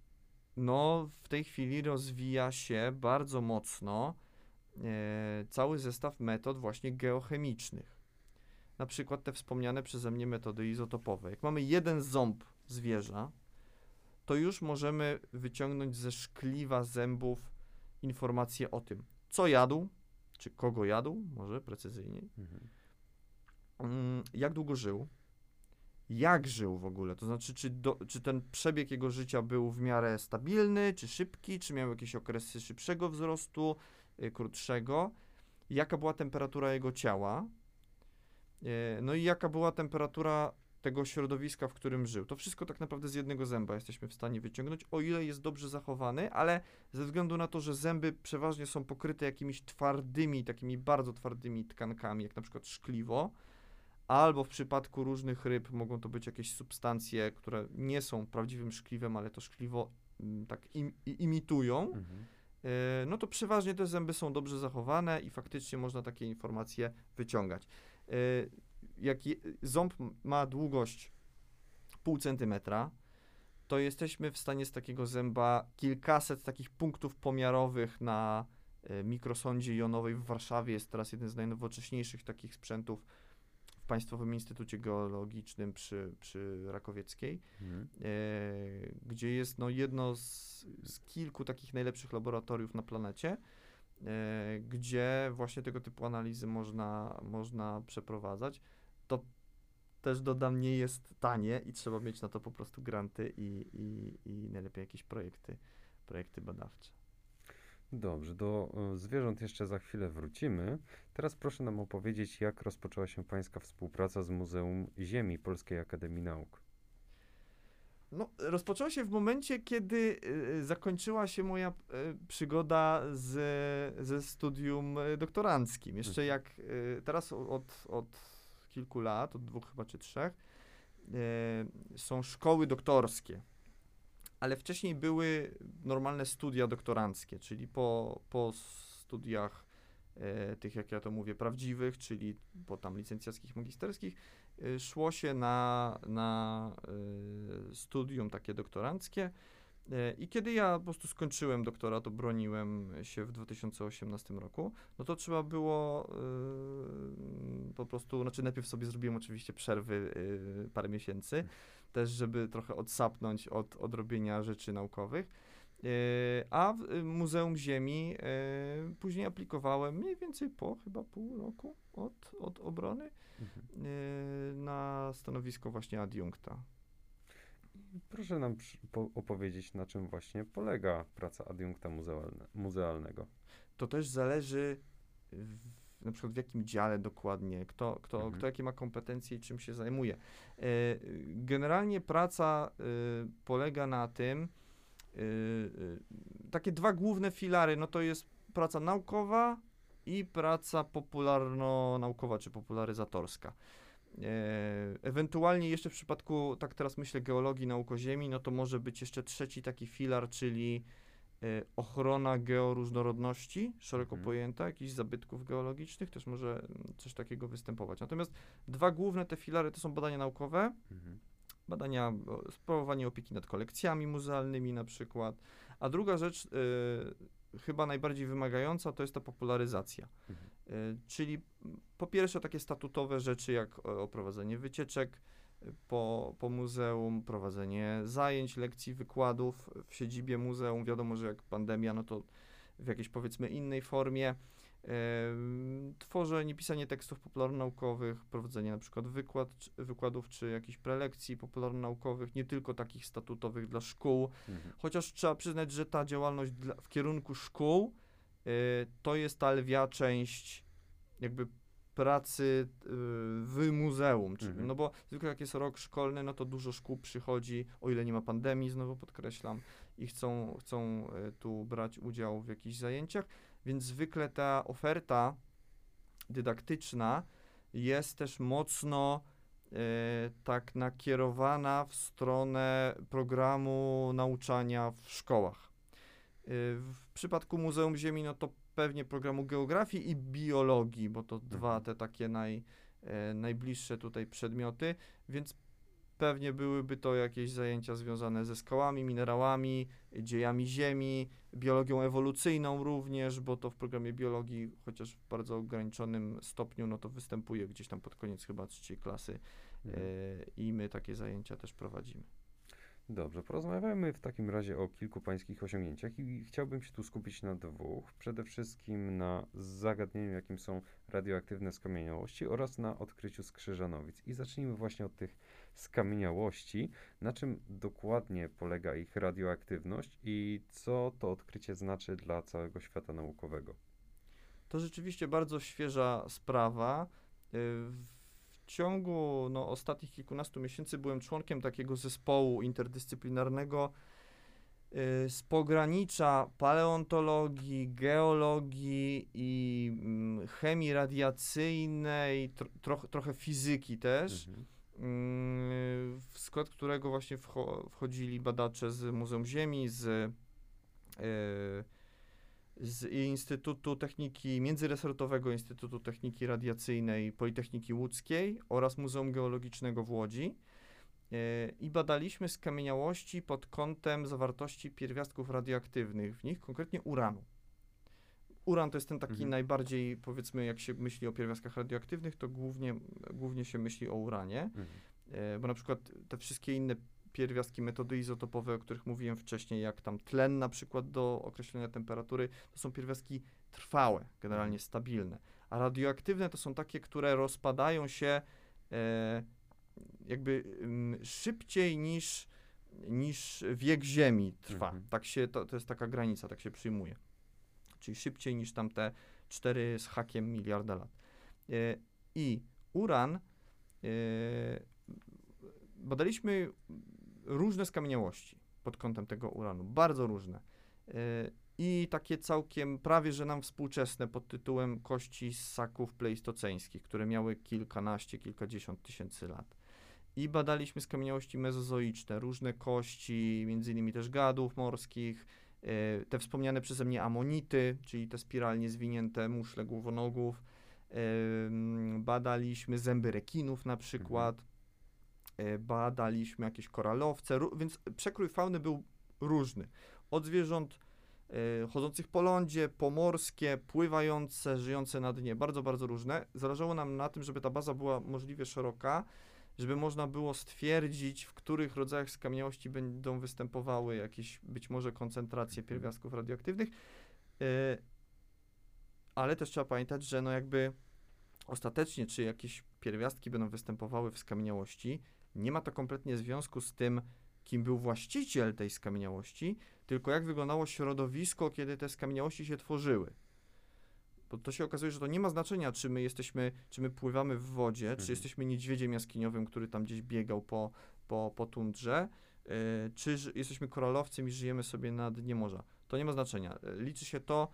no, w tej chwili rozwija się bardzo mocno yy, cały zestaw metod właśnie geochemicznych. Na przykład te wspomniane przeze mnie metody izotopowe. Jak mamy jeden ząb zwierza, to już możemy wyciągnąć ze szkliwa zębów informacje o tym, co jadł, czy kogo jadł, może precyzyjniej, Mhm. Mm, jak długo żył, jak żył w ogóle, to znaczy, czy, do, czy ten przebieg jego życia był w miarę stabilny, czy szybki, czy miał jakieś okresy szybszego wzrostu, y, krótszego, jaka była temperatura jego ciała, y, no i jaka była temperatura tego środowiska, w którym żył. To wszystko tak naprawdę z jednego zęba jesteśmy w stanie wyciągnąć, o ile jest dobrze zachowany, ale ze względu na to, że zęby przeważnie są pokryte jakimiś twardymi, takimi bardzo twardymi tkankami, jak na przykład szkliwo, albo w przypadku różnych ryb mogą to być jakieś substancje, które nie są prawdziwym szkliwem, ale to szkliwo mm, tak im, i- imitują, Mhm. yy, no to przeważnie te zęby są dobrze zachowane i faktycznie można takie informacje wyciągać. Yy, jak je, ząb m- ma długość pół centymetra, to jesteśmy w stanie z takiego zęba kilkaset takich punktów pomiarowych na y, mikrosondzie jonowej w Warszawie. Jest teraz jeden z najnowocześniejszych takich sprzętów w Państwowym Instytucie Geologicznym przy, przy Rakowieckiej, Mhm. e, gdzie jest no, jedno z, z kilku takich najlepszych laboratoriów na planecie, e, gdzie właśnie tego typu analizy można, można przeprowadzać. To też dodam, nie jest tanie i trzeba mieć na to po prostu granty i, i, i najlepiej jakieś projekty, projekty badawcze. Dobrze, do e, zwierząt jeszcze za chwilę wrócimy. Teraz proszę nam opowiedzieć, jak rozpoczęła się Pańska współpraca z Muzeum Ziemi Polskiej Akademii Nauk. No, rozpoczęło się w momencie, kiedy y, zakończyła się moja y, przygoda z, ze studium y, doktoranckim. Jeszcze Mhm. jak y, teraz o- od, od kilku lat, od dwóch chyba czy trzech, y, są szkoły doktorskie, ale wcześniej były normalne studia doktoranckie, czyli po, po studiach e, tych, jak ja to mówię, prawdziwych, czyli po tam licencjackich, magisterskich, e, szło się na, na e, studium takie doktoranckie. E, I kiedy ja po prostu skończyłem doktorat, obroniłem się w dwa tysiące osiemnastym roku, no to trzeba było e, po prostu, znaczy najpierw sobie zrobiłem oczywiście przerwy e, parę miesięcy, też żeby trochę odsapnąć od, od robienia rzeczy naukowych. E, a w y, Muzeum Ziemi e, później aplikowałem mniej więcej po chyba pół roku od, od obrony Mhm. e, na stanowisko właśnie adiunkta. Proszę nam przy- po- opowiedzieć, na czym właśnie polega praca adiunkta muzealne, muzealnego. To też zależy w, na przykład w jakim dziale dokładnie, kto, kto, Mhm. kto jakie ma kompetencje i czym się zajmuje. E, generalnie praca e, polega na tym, e, e, takie dwa główne filary, no to jest praca naukowa i praca popularno-naukowa czy popularyzatorska. E, ewentualnie jeszcze w przypadku, tak teraz myślę, geologii naukoziemi, no to może być jeszcze trzeci taki filar, czyli e, ochrona georóżnorodności, szeroko Mhm. pojęta, jakichś zabytków geologicznych, też może mm, coś takiego występować. Natomiast dwa główne te filary to są badania naukowe, Mhm. badania, o, sprawowanie opieki nad kolekcjami muzealnymi na przykład, a druga rzecz, y, chyba najbardziej wymagająca, to jest ta popularyzacja. Mhm. Y, czyli po pierwsze takie statutowe rzeczy jak o, o prowadzenie wycieczek y, po, po muzeum, prowadzenie zajęć, lekcji, wykładów w siedzibie muzeum. Wiadomo, że jak pandemia, no to w jakiejś powiedzmy innej formie. Em, Tworzenie, pisanie tekstów popularnonaukowych, prowadzenie na przykład wykład, czy, wykładów czy jakichś prelekcji popularnonaukowych, nie tylko takich statutowych dla szkół, Mhm. chociaż trzeba przyznać, że ta działalność dla, w kierunku szkół y, to jest ta lwia część jakby pracy y, w muzeum, czyli, Mhm. no bo zwykle jak jest rok szkolny, no to dużo szkół przychodzi, o ile nie ma pandemii, znowu podkreślam, i chcą, chcą y, tu brać udział w jakichś zajęciach, więc zwykle ta oferta dydaktyczna jest też mocno e, tak nakierowana w stronę programu nauczania w szkołach. E, w przypadku Muzeum Ziemi, no to pewnie programu geografii i biologii, bo to dwa Mhm. te takie naj, e, najbliższe tutaj przedmioty, więc pewnie byłyby to jakieś zajęcia związane ze skałami, minerałami, dziejami Ziemi, biologią ewolucyjną również, bo to w programie biologii, chociaż w bardzo ograniczonym stopniu, no to występuje gdzieś tam pod koniec chyba trzeciej klasy Mhm. e, i my takie zajęcia też prowadzimy. Dobrze, porozmawiajmy w takim razie o kilku pańskich osiągnięciach i chciałbym się tu skupić na dwóch. Przede wszystkim na zagadnieniu, jakim są radioaktywne skamieniałości oraz na odkryciu skrzyżanowic. I zacznijmy właśnie od tych skamieniałości. Na czym dokładnie polega ich radioaktywność i co to odkrycie znaczy dla całego świata naukowego? To rzeczywiście bardzo świeża sprawa. Y, W ciągu no, ostatnich kilkunastu miesięcy byłem członkiem takiego zespołu interdyscyplinarnego y, z pogranicza paleontologii, geologii i mm, chemii radiacyjnej, tro, troch, trochę fizyki też, Mhm. mm, w skład którego właśnie wcho, wchodzili badacze z Muzeum Ziemi, z, y, z Instytutu Techniki, Międzyresortowego Instytutu Techniki Radiacyjnej Politechniki Łódzkiej oraz Muzeum Geologicznego w Łodzi. Yy, I badaliśmy skamieniałości pod kątem zawartości pierwiastków radioaktywnych w nich, konkretnie uranu. Uran to jest ten taki Mhm. najbardziej, powiedzmy, jak się myśli o pierwiastkach radioaktywnych, to głównie, głównie się myśli o uranie, Mhm. yy, bo na przykład te wszystkie inne pierwiastki, metody izotopowe, o których mówiłem wcześniej, jak tam tlen na przykład do określenia temperatury, to są pierwiastki trwałe, generalnie Mhm. stabilne, a radioaktywne to są takie, które rozpadają się e, jakby m, szybciej niż, niż wiek Ziemi trwa. Mhm. Tak się, to, to jest taka granica, tak się przyjmuje. Czyli szybciej niż tam te cztery z hakiem miliarda lat. E, I uran, e, badaliśmy różne skamieniałości pod kątem tego uranu, bardzo różne. E, I takie całkiem prawie, że nam współczesne pod tytułem kości ssaków pleistoceńskich, które miały kilkanaście, kilkadziesiąt tysięcy lat. I badaliśmy skamieniałości mezozoiczne, różne kości, między innymi też gadów morskich, e, te wspomniane przeze mnie amonity, czyli te spiralnie zwinięte muszle głowonogów. E, mm, badaliśmy zęby rekinów na przykład. E, badaliśmy jakieś koralowce, ró- więc przekrój fauny był różny. Od zwierząt e, chodzących po lądzie, pomorskie, pływające, żyjące na dnie, bardzo, bardzo różne. Zależało nam na tym, żeby ta baza była możliwie szeroka, żeby można było stwierdzić, w których rodzajach skamieniałości będą występowały jakieś być może koncentracje Mhm. pierwiastków radioaktywnych. E, ale też trzeba pamiętać, że no jakby ostatecznie, czy jakieś pierwiastki będą występowały w skamieniałości, nie ma to kompletnie związku z tym, kim był właściciel tej skamieniałości, tylko jak wyglądało środowisko, kiedy te skamieniałości się tworzyły. Bo to się okazuje, że to nie ma znaczenia, czy my jesteśmy, czy my pływamy w wodzie, Mhm. czy jesteśmy niedźwiedziem jaskiniowym, który tam gdzieś biegał po, po, po tundrze, yy, czy ż- jesteśmy koralowcem i żyjemy sobie na dnie morza. To nie ma znaczenia. Liczy się to,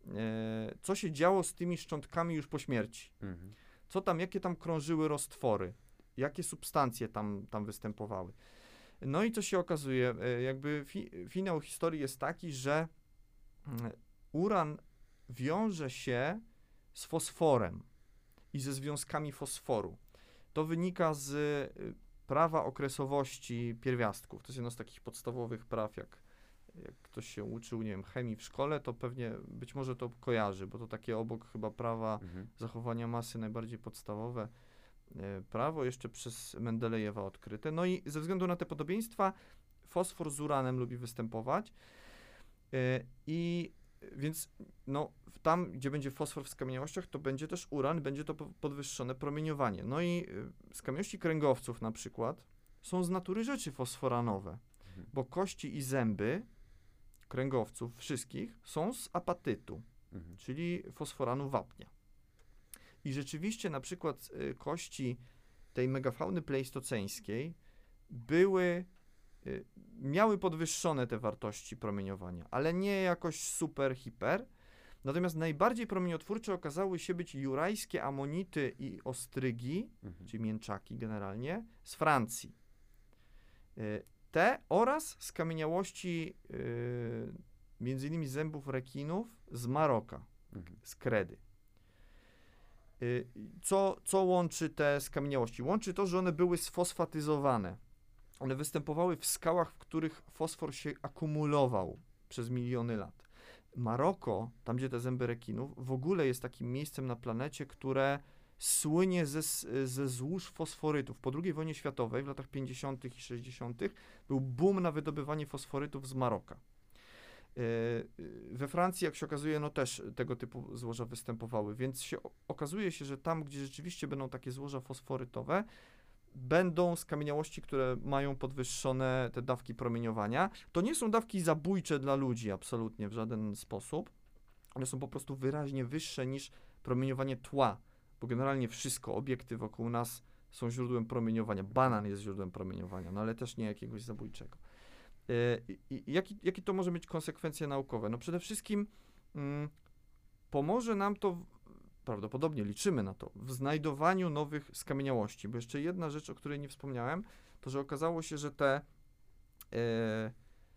e, co się działo z tymi szczątkami już po śmierci. Mhm. Co tam, jakie tam krążyły roztwory, jakie substancje tam, tam występowały. No i co się okazuje, e, jakby fi, finał historii jest taki, że mm, uran wiąże się z fosforem i ze związkami fosforu. To wynika z y, prawa okresowości pierwiastków. To jest jedno z takich podstawowych praw, jak, jak ktoś się uczył, nie wiem, chemii w szkole, to pewnie być może to kojarzy, bo to takie obok chyba prawa Mhm. zachowania masy najbardziej podstawowe y, prawo, jeszcze przez Mendelejewa odkryte. No i ze względu na te podobieństwa fosfor z uranem lubi występować y, i więc no, tam, gdzie będzie fosfor w skamieniałościach, to będzie też uran, będzie to po- podwyższone promieniowanie. No i y, skamieniałości kręgowców na przykład są z natury rzeczy fosforanowe, Mhm. bo kości i zęby kręgowców wszystkich są z apatytu, Mhm. czyli fosforanu wapnia. I rzeczywiście na przykład y, kości tej megafauny pleistoceńskiej były y, miały podwyższone te wartości promieniowania, ale nie jakoś super, hiper. Natomiast najbardziej promieniotwórcze okazały się być jurajskie amonity i ostrygi, Mhm. czyli mięczaki generalnie, z Francji. Y, Te oraz skamieniałości y, między innymi zębów rekinów z Maroka, Mhm. z Kredy. Y, Co, co łączy te skamieniałości? Łączy to, że one były sfosfatyzowane. One występowały w skałach, w których fosfor się akumulował przez miliony lat. Maroko, tam gdzie te zęby rekinów, w ogóle jest takim miejscem na planecie, które słynie ze, s- ze złóż fosforytów. Po drugiej wojnie światowej, w latach pięćdziesiątych i sześćdziesiątych, był boom na wydobywanie fosforytów z Maroka. Yy, yy, We Francji, jak się okazuje, no też tego typu złoża występowały, więc się o- okazuje się, że tam, gdzie rzeczywiście będą takie złoża fosforytowe, będą skamieniałości, które mają podwyższone te dawki promieniowania. To nie są dawki zabójcze dla ludzi, absolutnie, w żaden sposób. One są po prostu wyraźnie wyższe niż promieniowanie tła, bo generalnie wszystko, obiekty wokół nas są źródłem promieniowania. Banan jest źródłem promieniowania, no ale też nie jakiegoś zabójczego. Yy, I jaki, jakie to może mieć konsekwencje naukowe? No przede wszystkim mm, pomoże nam to, w- prawdopodobnie liczymy na to, w znajdowaniu nowych skamieniałości, bo jeszcze jedna rzecz, o której nie wspomniałem, to że okazało się, że te e,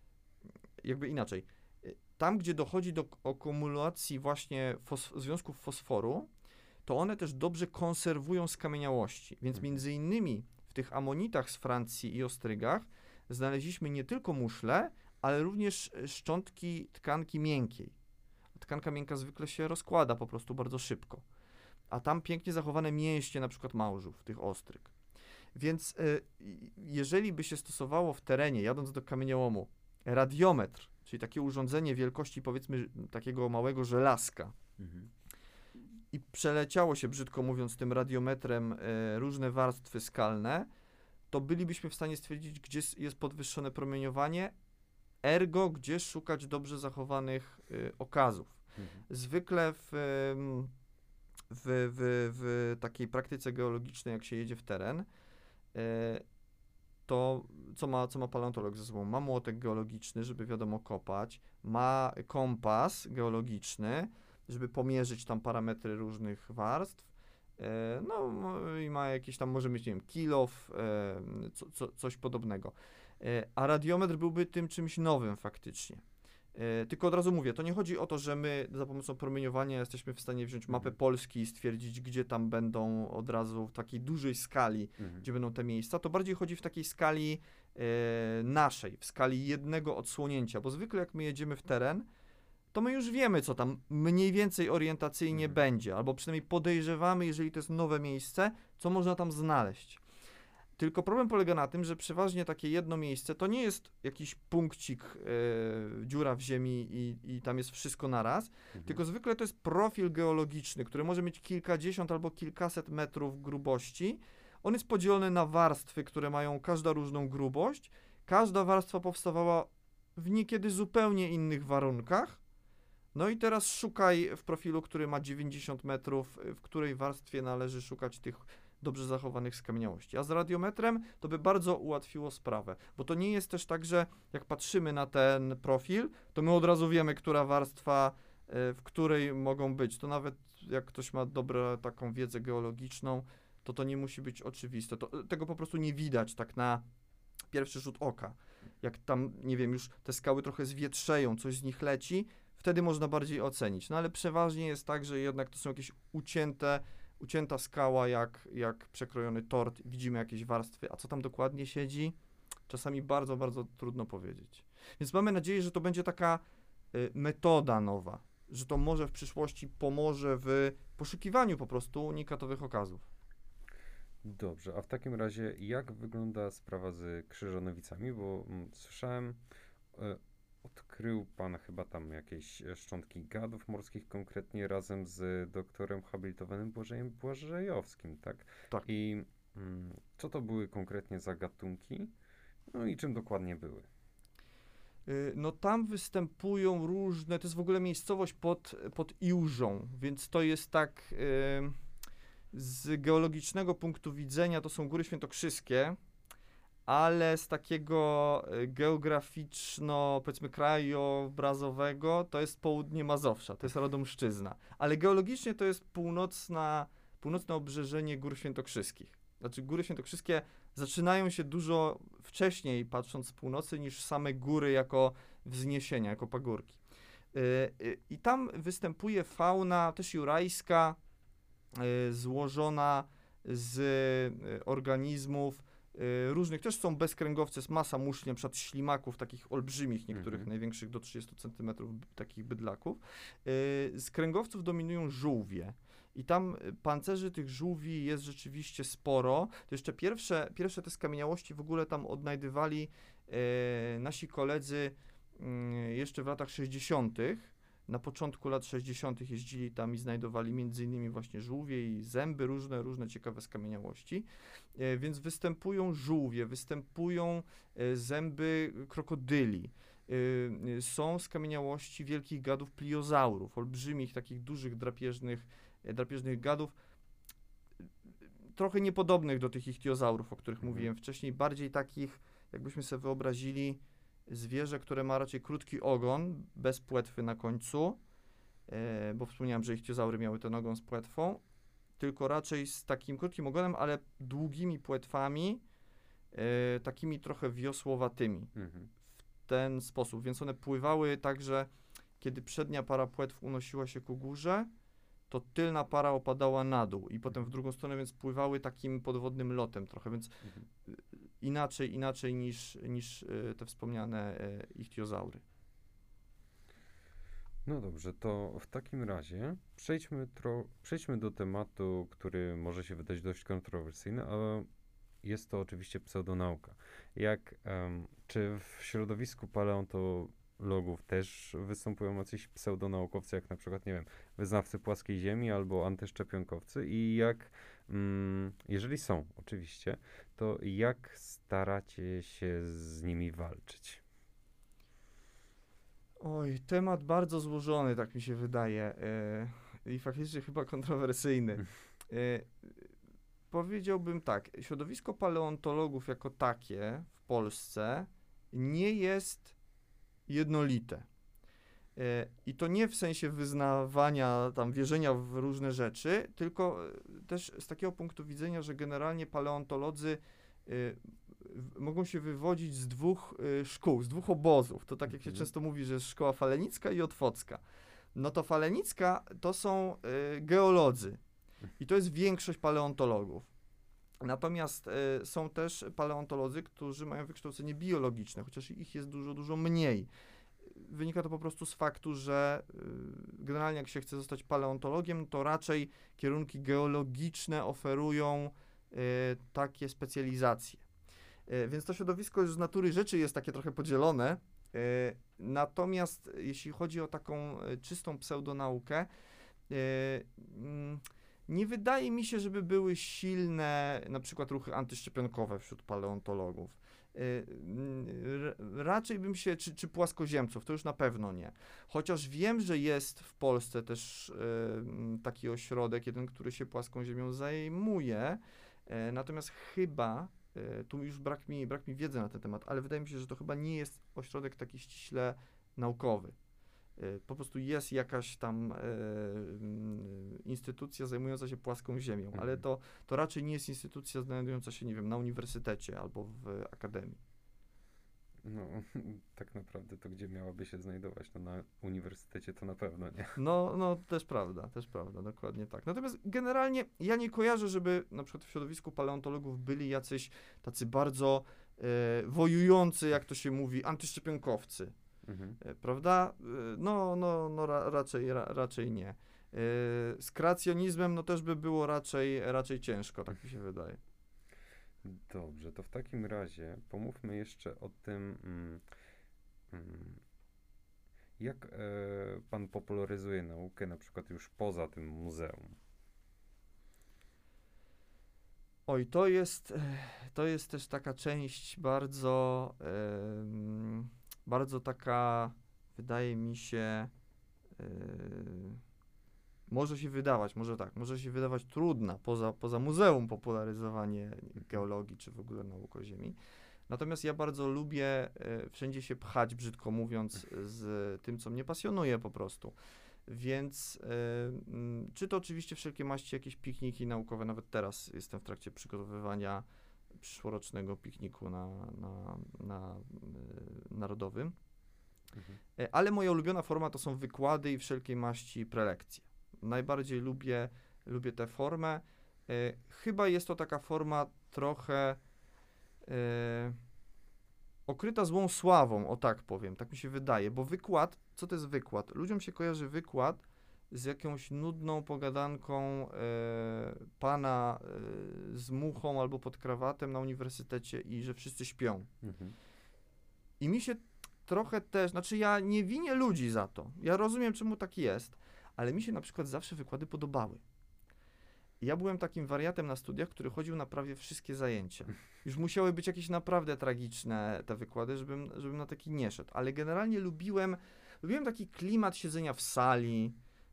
jakby inaczej, e, tam gdzie dochodzi do k- akumulacji właśnie fos- związków fosforu, to one też dobrze konserwują skamieniałości, więc Mhm. między innymi w tych amonitach z Francji i ostrygach znaleźliśmy nie tylko muszle, ale również e, szczątki tkanki miękkiej. Tkanka miękka zwykle się rozkłada po prostu bardzo szybko. A tam pięknie zachowane mięśnie, na przykład małżów, tych ostryg. Więc y, jeżeli by się stosowało w terenie, jadąc do kamieniołomu, radiometr, czyli takie urządzenie wielkości powiedzmy takiego małego żelazka Mhm. i przeleciało się, brzydko mówiąc, tym radiometrem y, różne warstwy skalne, to bylibyśmy w stanie stwierdzić, gdzie s- jest podwyższone promieniowanie, ergo, gdzie szukać dobrze zachowanych y, okazów. Mhm. Zwykle w, em, w, w, w takiej praktyce geologicznej, jak się jedzie w teren, e, to co ma, co ma paleontolog ze sobą? Ma młotek geologiczny, żeby wiadomo kopać, ma kompas geologiczny, żeby pomierzyć tam parametry różnych warstw, e, no mo- i ma jakiś tam, może mieć, nie wiem, kilof, e, co, co, coś podobnego. E, a radiometr byłby tym czymś nowym faktycznie. E, Tylko od razu mówię, to nie chodzi o to, że my za pomocą promieniowania jesteśmy w stanie wziąć mapę Mhm. Polski i stwierdzić, gdzie tam będą od razu w takiej dużej skali, Mhm. gdzie będą te miejsca. To bardziej chodzi w takiej skali e, naszej, w skali jednego odsłonięcia, bo zwykle jak my jedziemy w teren, to my już wiemy, co tam mniej więcej orientacyjnie Mhm. będzie, albo przynajmniej podejrzewamy, jeżeli to jest nowe miejsce, co można tam znaleźć. Tylko problem polega na tym, że przeważnie takie jedno miejsce to nie jest jakiś punkcik, e, dziura w ziemi i, i tam jest wszystko naraz, Mhm. tylko zwykle to jest profil geologiczny, który może mieć kilkadziesiąt albo kilkaset metrów grubości. On jest podzielony na warstwy, które mają każda różną grubość. Każda warstwa powstawała w niekiedy zupełnie innych warunkach. No i teraz szukaj w profilu, który ma dziewięćdziesiąt metrów, w której warstwie należy szukać tych dobrze zachowanych skamieniałości. A z radiometrem to by bardzo ułatwiło sprawę, bo to nie jest też tak, że jak patrzymy na ten profil, to my od razu wiemy, która warstwa w której mogą być. To nawet jak ktoś ma dobrą taką wiedzę geologiczną, to to nie musi być oczywiste. To, tego po prostu nie widać tak na pierwszy rzut oka. Jak tam, nie wiem, już te skały trochę zwietrzeją, coś z nich leci, wtedy można bardziej ocenić. No ale przeważnie jest tak, że jednak to są jakieś ucięte, ucięta skała, jak, jak przekrojony tort, widzimy jakieś warstwy, a co tam dokładnie siedzi, czasami bardzo, bardzo trudno powiedzieć. Więc mamy nadzieję, że to będzie taka y, metoda nowa, że to może w przyszłości pomoże w poszukiwaniu po prostu unikatowych okazów. Dobrze, a w takim razie jak wygląda sprawa z Krzyżanowicami, bo mm, słyszałem, e, odkrył pan chyba tam jakieś e, szczątki gadów morskich, konkretnie razem z doktorem habilitowanym Błażejem Błażejowskim, tak? Tak. I mm, co to były konkretnie za gatunki? No i czym dokładnie były? Y, No tam występują różne, to jest w ogóle miejscowość pod, pod Iłżą, więc to jest tak y, z geologicznego punktu widzenia to są Góry Świętokrzyskie, ale z takiego y, geograficzno, powiedzmy krajobrazowego to jest południe Mazowsza, to jest Radomszczyzna, ale geologicznie to jest północna, północne obrzeżenie Gór Świętokrzyskich. Znaczy Góry Świętokrzyskie zaczynają się dużo wcześniej, patrząc z północy, niż same góry jako wzniesienia, jako pagórki. Yy, yy, I tam występuje fauna też jurajska, yy, złożona z yy, organizmów yy, różnych, też są bezkręgowce, jest masa muszli, na przykład ślimaków, takich olbrzymich, niektórych Mhm. największych do trzydziestu centymetrów, takich bydlaków. Yy, z kręgowców dominują żółwie. I tam y, pancerzy tych żółwi jest rzeczywiście sporo. To jeszcze pierwsze, pierwsze te skamieniałości w ogóle tam odnajdywali e, nasi koledzy mm, jeszcze w latach sześćdziesiątych. Na początku lat sześćdziesiątych jeździli tam i znajdowali między innymi właśnie żółwie i zęby, różne, różne ciekawe skamieniałości. E, więc występują żółwie, występują e, zęby krokodyli. E, e, są skamieniałości wielkich gadów pliozaurów, olbrzymich, takich dużych drapieżnych drapieżnych gadów, trochę niepodobnych do tych ichtiozaurów, o których Mhm. mówiłem wcześniej, bardziej takich, jakbyśmy sobie wyobrazili, zwierzę, które ma raczej krótki ogon, bez płetwy na końcu, e, bo wspomniałem, że ichtiozaury miały ten ogon z płetwą, tylko raczej z takim krótkim ogonem, ale długimi płetwami, e, takimi trochę wiosłowatymi. Mhm. W ten sposób, więc one pływały tak, że kiedy przednia para płetw unosiła się ku górze, to tylna para opadała na dół i potem w drugą stronę, więc pływały takim podwodnym lotem trochę, więc Mhm. inaczej, inaczej niż, niż y, te wspomniane y, ichtiozaury. No dobrze, to w takim razie przejdźmy, tro, przejdźmy do tematu, który może się wydać dość kontrowersyjny, ale jest to oczywiście pseudonauka. Jak, em, czy w środowisku paleontologów też występują jacyś pseudonaukowcy, jak na przykład, nie wiem, wyznawcy płaskiej ziemi albo antyszczepionkowcy i jak, mm, jeżeli są oczywiście, to jak staracie się z nimi walczyć? Oj, temat bardzo złożony, tak mi się wydaje, y, i faktycznie chyba kontrowersyjny. Y, powiedziałbym tak, środowisko paleontologów jako takie w Polsce nie jest jednolite. E, I to nie w sensie wyznawania, tam wierzenia w różne rzeczy, tylko e, też z takiego punktu widzenia, że generalnie paleontolodzy e, w- mogą się wywodzić z dwóch e, szkół, z dwóch obozów. To tak jak się Mhm. często mówi, że jest szkoła falenicka i otwocka. No to falenicka to są e, geolodzy i to jest większość paleontologów. Natomiast e, są też paleontolodzy, którzy mają wykształcenie biologiczne, chociaż ich jest dużo, dużo mniej. Wynika to po prostu z faktu, że y, generalnie jak się chce zostać paleontologiem, to raczej kierunki geologiczne oferują y, takie specjalizacje. Y, więc to środowisko już z natury rzeczy jest takie trochę podzielone. Y, natomiast jeśli chodzi o taką y, czystą pseudonaukę, y, mm, nie wydaje mi się, żeby były silne na przykład ruchy antyszczepionkowe wśród paleontologów. Y, r- Raczej bym się, czy, czy płaskoziemców, to już na pewno nie. Chociaż wiem, że jest w Polsce też y, m, taki ośrodek, jeden, który się płaską ziemią zajmuje, y, natomiast chyba, y, tu już brak mi, brak mi wiedzy na ten temat, ale wydaje mi się, że to chyba nie jest ośrodek taki ściśle naukowy. y, po prostu jest jakaś tam y, y, instytucja zajmująca się płaską ziemią, Mhm. ale to, to raczej nie jest instytucja znajdująca się, nie wiem, na uniwersytecie albo w akademii. No, tak naprawdę to gdzie miałaby się znajdować? No na uniwersytecie to na pewno nie. No, no, też prawda, też prawda, dokładnie tak. Natomiast generalnie ja nie kojarzę, żeby na przykład w środowisku paleontologów byli jacyś tacy bardzo e, wojujący, jak to się mówi, antyszczepionkowcy, Mhm. e, prawda? E, no, no, no ra, raczej, ra, raczej nie. E, z kreacjonizmem, no też by było raczej, raczej ciężko, tak mi się wydaje. Dobrze, to w takim razie pomówmy jeszcze o tym, mm, mm, jak e, pan popularyzuje naukę na przykład już poza tym muzeum. Oj, to jest, eh, to jest też taka część bardzo, em, bardzo taka, wydaje mi się, e, może się wydawać, może tak, może się wydawać trudna poza, poza muzeum popularyzowanie geologii czy w ogóle nauk o Ziemi. Natomiast ja bardzo lubię e, wszędzie się pchać, brzydko mówiąc, z tym, co mnie pasjonuje po prostu. Więc e, m, czy to oczywiście wszelkie maści jakieś pikniki naukowe, nawet teraz jestem w trakcie przygotowywania przyszłorocznego pikniku na, na, na e, Narodowym. Mhm. E, Ale moja ulubiona forma to są wykłady i wszelkiej maści prelekcje. Najbardziej lubię, lubię tę formę. E, Chyba jest to taka forma trochę e, okryta złą sławą, o tak powiem, tak mi się wydaje, bo wykład, co to jest wykład? Ludziom się kojarzy wykład z jakąś nudną pogadanką e, pana e, z muchą albo pod krawatem na uniwersytecie i że wszyscy śpią. Mhm. I mi się trochę też, znaczy ja nie winię ludzi za to. Ja rozumiem, czemu tak jest, ale mi się na przykład zawsze wykłady podobały. I ja byłem takim wariatem na studiach, który chodził na prawie wszystkie zajęcia. Już musiały być jakieś naprawdę tragiczne te wykłady, żebym, żebym na taki nie szedł. Ale generalnie lubiłem, lubiłem taki klimat siedzenia w sali,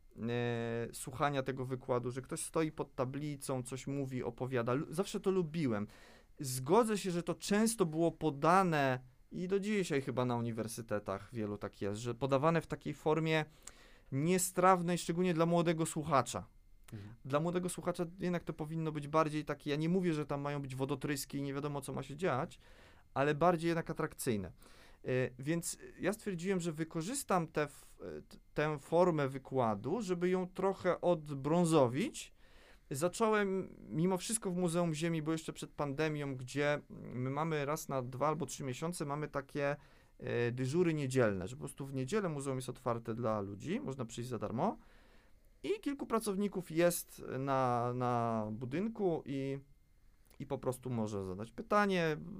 e, słuchania tego wykładu, że ktoś stoi pod tablicą, coś mówi, opowiada. Lu- Zawsze to lubiłem. Zgodzę się, że to często było podane i do dzisiaj chyba na uniwersytetach wielu tak jest, że podawane w takiej formie niestrawnej, szczególnie dla młodego słuchacza. Mhm. Dla młodego słuchacza jednak to powinno być bardziej takie, ja nie mówię, że tam mają być wodotryski i nie wiadomo, co ma się dziać, ale bardziej jednak atrakcyjne. Y, Więc ja stwierdziłem, że wykorzystam tę f- t- tę formę wykładu, żeby ją trochę odbrązowić. Zacząłem mimo wszystko w Muzeum Ziemi, bo jeszcze przed pandemią, gdzie my mamy raz na dwa albo trzy miesiące, mamy takie e, dyżury niedzielne, że po prostu w niedzielę muzeum jest otwarte dla ludzi, można przyjść za darmo i kilku pracowników jest na, na budynku i, i po prostu może zadać pytanie,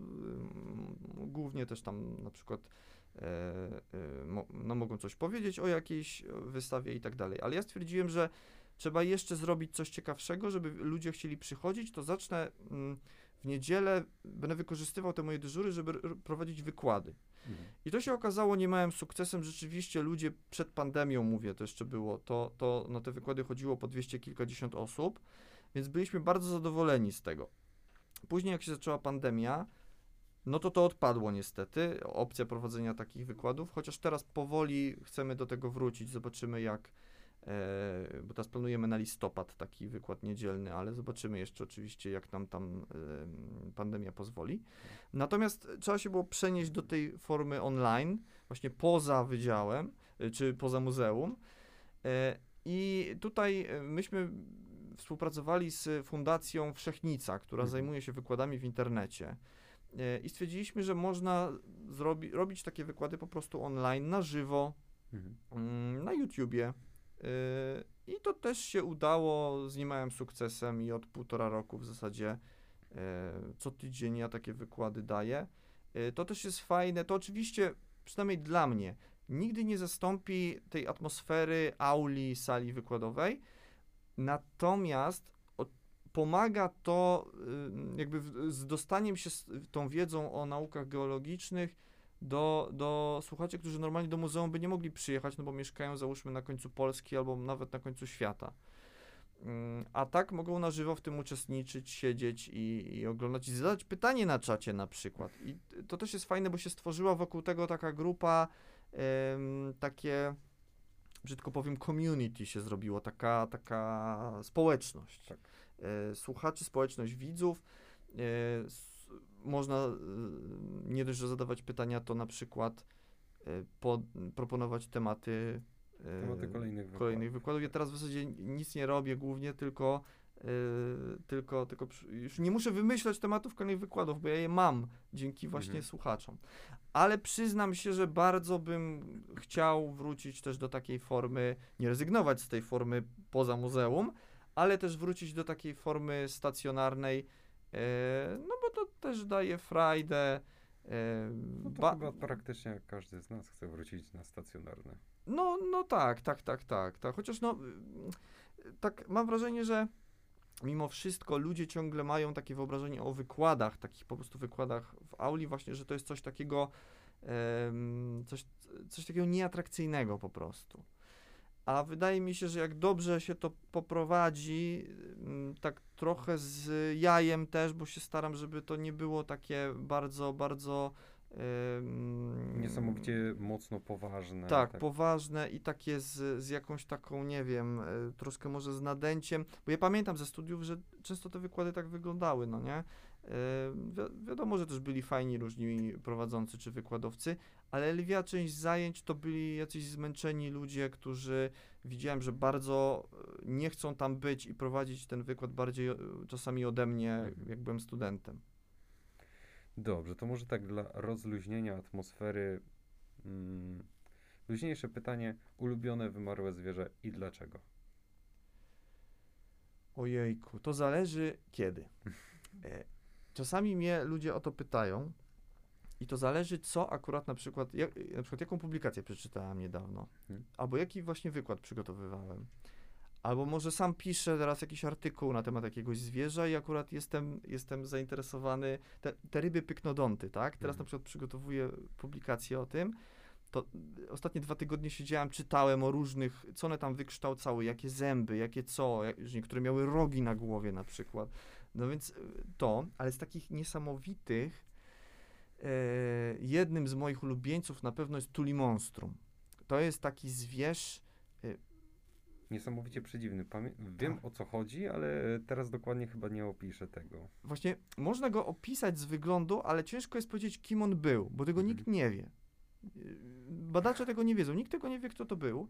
mm, głównie też tam na przykład e, e, mo, no, mogą coś powiedzieć o jakiejś wystawie i tak dalej, ale ja stwierdziłem, że trzeba jeszcze zrobić coś ciekawszego, żeby ludzie chcieli przychodzić, to zacznę mm, w niedzielę, będę wykorzystywał te moje dyżury, żeby r- prowadzić wykłady. Mhm. I to się okazało niemałym sukcesem. Rzeczywiście ludzie przed pandemią, mówię, to jeszcze było, to, to na te wykłady chodziło po dwieście kilkadziesiąt osób, więc byliśmy bardzo zadowoleni z tego. Później jak się zaczęła pandemia, no to to odpadło niestety, opcja prowadzenia takich wykładów, chociaż teraz powoli chcemy do tego wrócić, zobaczymy jak, e, bo teraz planujemy na listopad taki wykład niedzielny, ale zobaczymy jeszcze oczywiście jak nam tam e, pandemia pozwoli. Natomiast trzeba się było przenieść do tej formy online, właśnie poza wydziałem, e, czy poza muzeum. E, I tutaj e, myśmy współpracowali z Fundacją Wszechnica, która Mhm. zajmuje się wykładami w internecie. E, I stwierdziliśmy, że można zrobi, robić takie wykłady po prostu online, na żywo, Mhm. mm, na YouTubie. E, I to też się udało z niemałym sukcesem i od półtora roku w zasadzie e, co tydzień ja takie wykłady daję. E, To też jest fajne. To oczywiście, przynajmniej dla mnie, nigdy nie zastąpi tej atmosfery auli, sali wykładowej. Natomiast o- pomaga to y, jakby w, z dostaniem się z tą wiedzą o naukach geologicznych do, do słuchaczy, którzy normalnie do muzeum by nie mogli przyjechać, no bo mieszkają załóżmy na końcu Polski albo nawet na końcu świata. Ym, A tak mogą na żywo w tym uczestniczyć, siedzieć i, i oglądać i zadać pytanie na czacie na przykład. I t- to też jest fajne, bo się stworzyła wokół tego taka grupa, ym, takie brzydko powiem, community się zrobiło, taka, taka społeczność. Tak. E, słuchaczy, społeczność widzów. E, s, można e, nie dość, że zadawać pytania, to na przykład e, po, proponować tematy, e, Tematy kolejnych kolejnych wykładów. wykładów. Ja teraz w zasadzie nic nie robię, głównie tylko, e, tylko, tylko przy, już nie muszę wymyślać tematów kolejnych wykładów, bo ja je mam dzięki właśnie Mhm. słuchaczom. Ale przyznam się, że bardzo bym chciał wrócić też do takiej formy, nie rezygnować z tej formy poza muzeum, ale też wrócić do takiej formy stacjonarnej, e, no bo to też daje frajdę. E, No to ba- chyba praktycznie jak każdy z nas chce wrócić na stacjonarne. no, no tak, tak, tak, tak, tak. Chociaż no, y, tak mam wrażenie, że mimo wszystko ludzie ciągle mają takie wyobrażenie o wykładach, takich po prostu wykładach w auli właśnie, że to jest coś takiego, em, coś, coś takiego nieatrakcyjnego po prostu. A wydaje mi się, że jak dobrze się to poprowadzi, ym, tak trochę z jajem też, bo się staram, żeby to nie było takie bardzo, bardzo ym, Niesamowicie mocno poważne. tak, poważne i takie z, z jakąś taką, nie wiem, y, troszkę może z nadęciem, bo ja pamiętam ze studiów, że często te wykłady tak wyglądały, no nie? Y, wi- wiadomo, że też byli fajni różni prowadzący czy wykładowcy, ale lwia część zajęć to byli jacyś zmęczeni ludzie, którzy widziałem, że bardzo y, nie chcą tam być i prowadzić ten wykład bardziej y, czasami ode mnie, Mhm. jak byłem studentem. Dobrze, to może tak dla rozluźnienia atmosfery. Mm, luźniejsze pytanie. Ulubione wymarłe zwierzę i dlaczego? Ojejku, to zależy kiedy. E, Czasami mnie ludzie o to pytają i to zależy, co akurat na przykład, jak, na przykład jaką publikację przeczytałem niedawno, Hmm. albo jaki właśnie wykład przygotowywałem, albo może sam piszę teraz jakiś artykuł na temat jakiegoś zwierza i akurat jestem, jestem zainteresowany, te, te ryby pyknodonty, tak? Teraz Mhm. na przykład przygotowuję publikację o tym, to y, ostatnie dwa tygodnie siedziałem, czytałem o różnych, co one tam wykształcały, jakie zęby, jakie co, jak, że niektóre miały rogi na głowie na przykład. No więc y, to, ale z takich niesamowitych, e, jednym z moich ulubieńców na pewno jest Tulimonstrum. To jest taki zwierz, Niesamowicie przedziwny. Pamię- wiem Tak. o co chodzi, ale teraz dokładnie chyba nie opiszę tego. właśnie można go opisać z wyglądu, ale ciężko jest powiedzieć, kim on był, bo tego Mhm. nikt nie wie. Y, Badacze tego nie wiedzą, nikt tego nie wie, kto to był.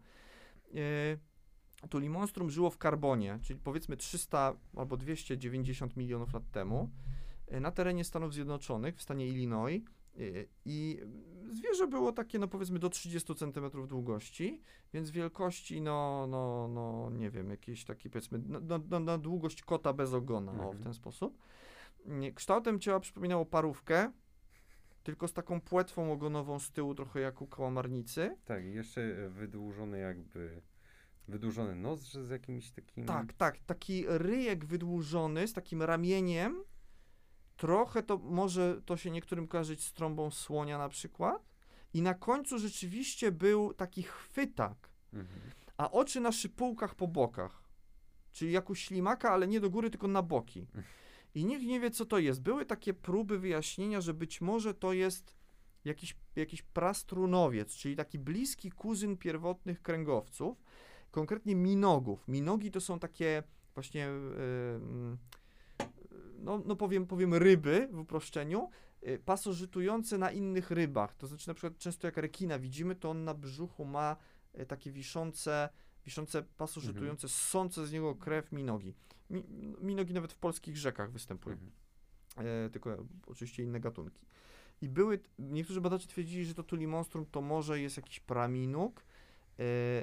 E, Tulimonstrum żyło w Karbonie, czyli powiedzmy trzysta albo dwieście dziewięćdziesiąt milionów lat temu, e, na terenie Stanów Zjednoczonych, w stanie Illinois. e, I zwierzę było takie, no powiedzmy, do trzydziestu centymetrów długości, więc wielkości, no, no, no, nie wiem, jakieś takie, powiedzmy, na, na, na- na długość kota bez ogona, o, w Mhm. ten sposób. Nie, Kształtem ciała przypominało parówkę, tylko z taką płetwą ogonową z tyłu, trochę jak u kałamarnicy. Tak, i jeszcze wydłużony jakby, wydłużony nos że z jakimś takim... Tak, tak, taki ryjek wydłużony z takim ramieniem. Trochę to może to się niektórym kojarzyć z trąbą słonia na przykład. I na końcu rzeczywiście był taki chwytak, Mhm. a oczy na szypułkach po bokach. Czyli jak u ślimaka, ale nie do góry, tylko na boki. I nikt nie wie, co to jest. Były takie próby wyjaśnienia, że być może to jest jakiś, jakiś prastrunowiec, czyli taki bliski kuzyn pierwotnych kręgowców, konkretnie minogów. Minogi to są takie właśnie, yy, no, no powiem, powiem ryby w uproszczeniu, yy, pasożytujące na innych rybach. To znaczy na przykład często jak rekina widzimy, to on na brzuchu ma yy, takie wiszące, wiszące pasożytujące, ssące z niego krew minogi. Mi, minogi nawet w polskich rzekach występują. Mhm. E, tylko oczywiście inne gatunki. I były, t- niektórzy badacze twierdzili, że to Tulimonstrum to może jest jakiś praminuk, e,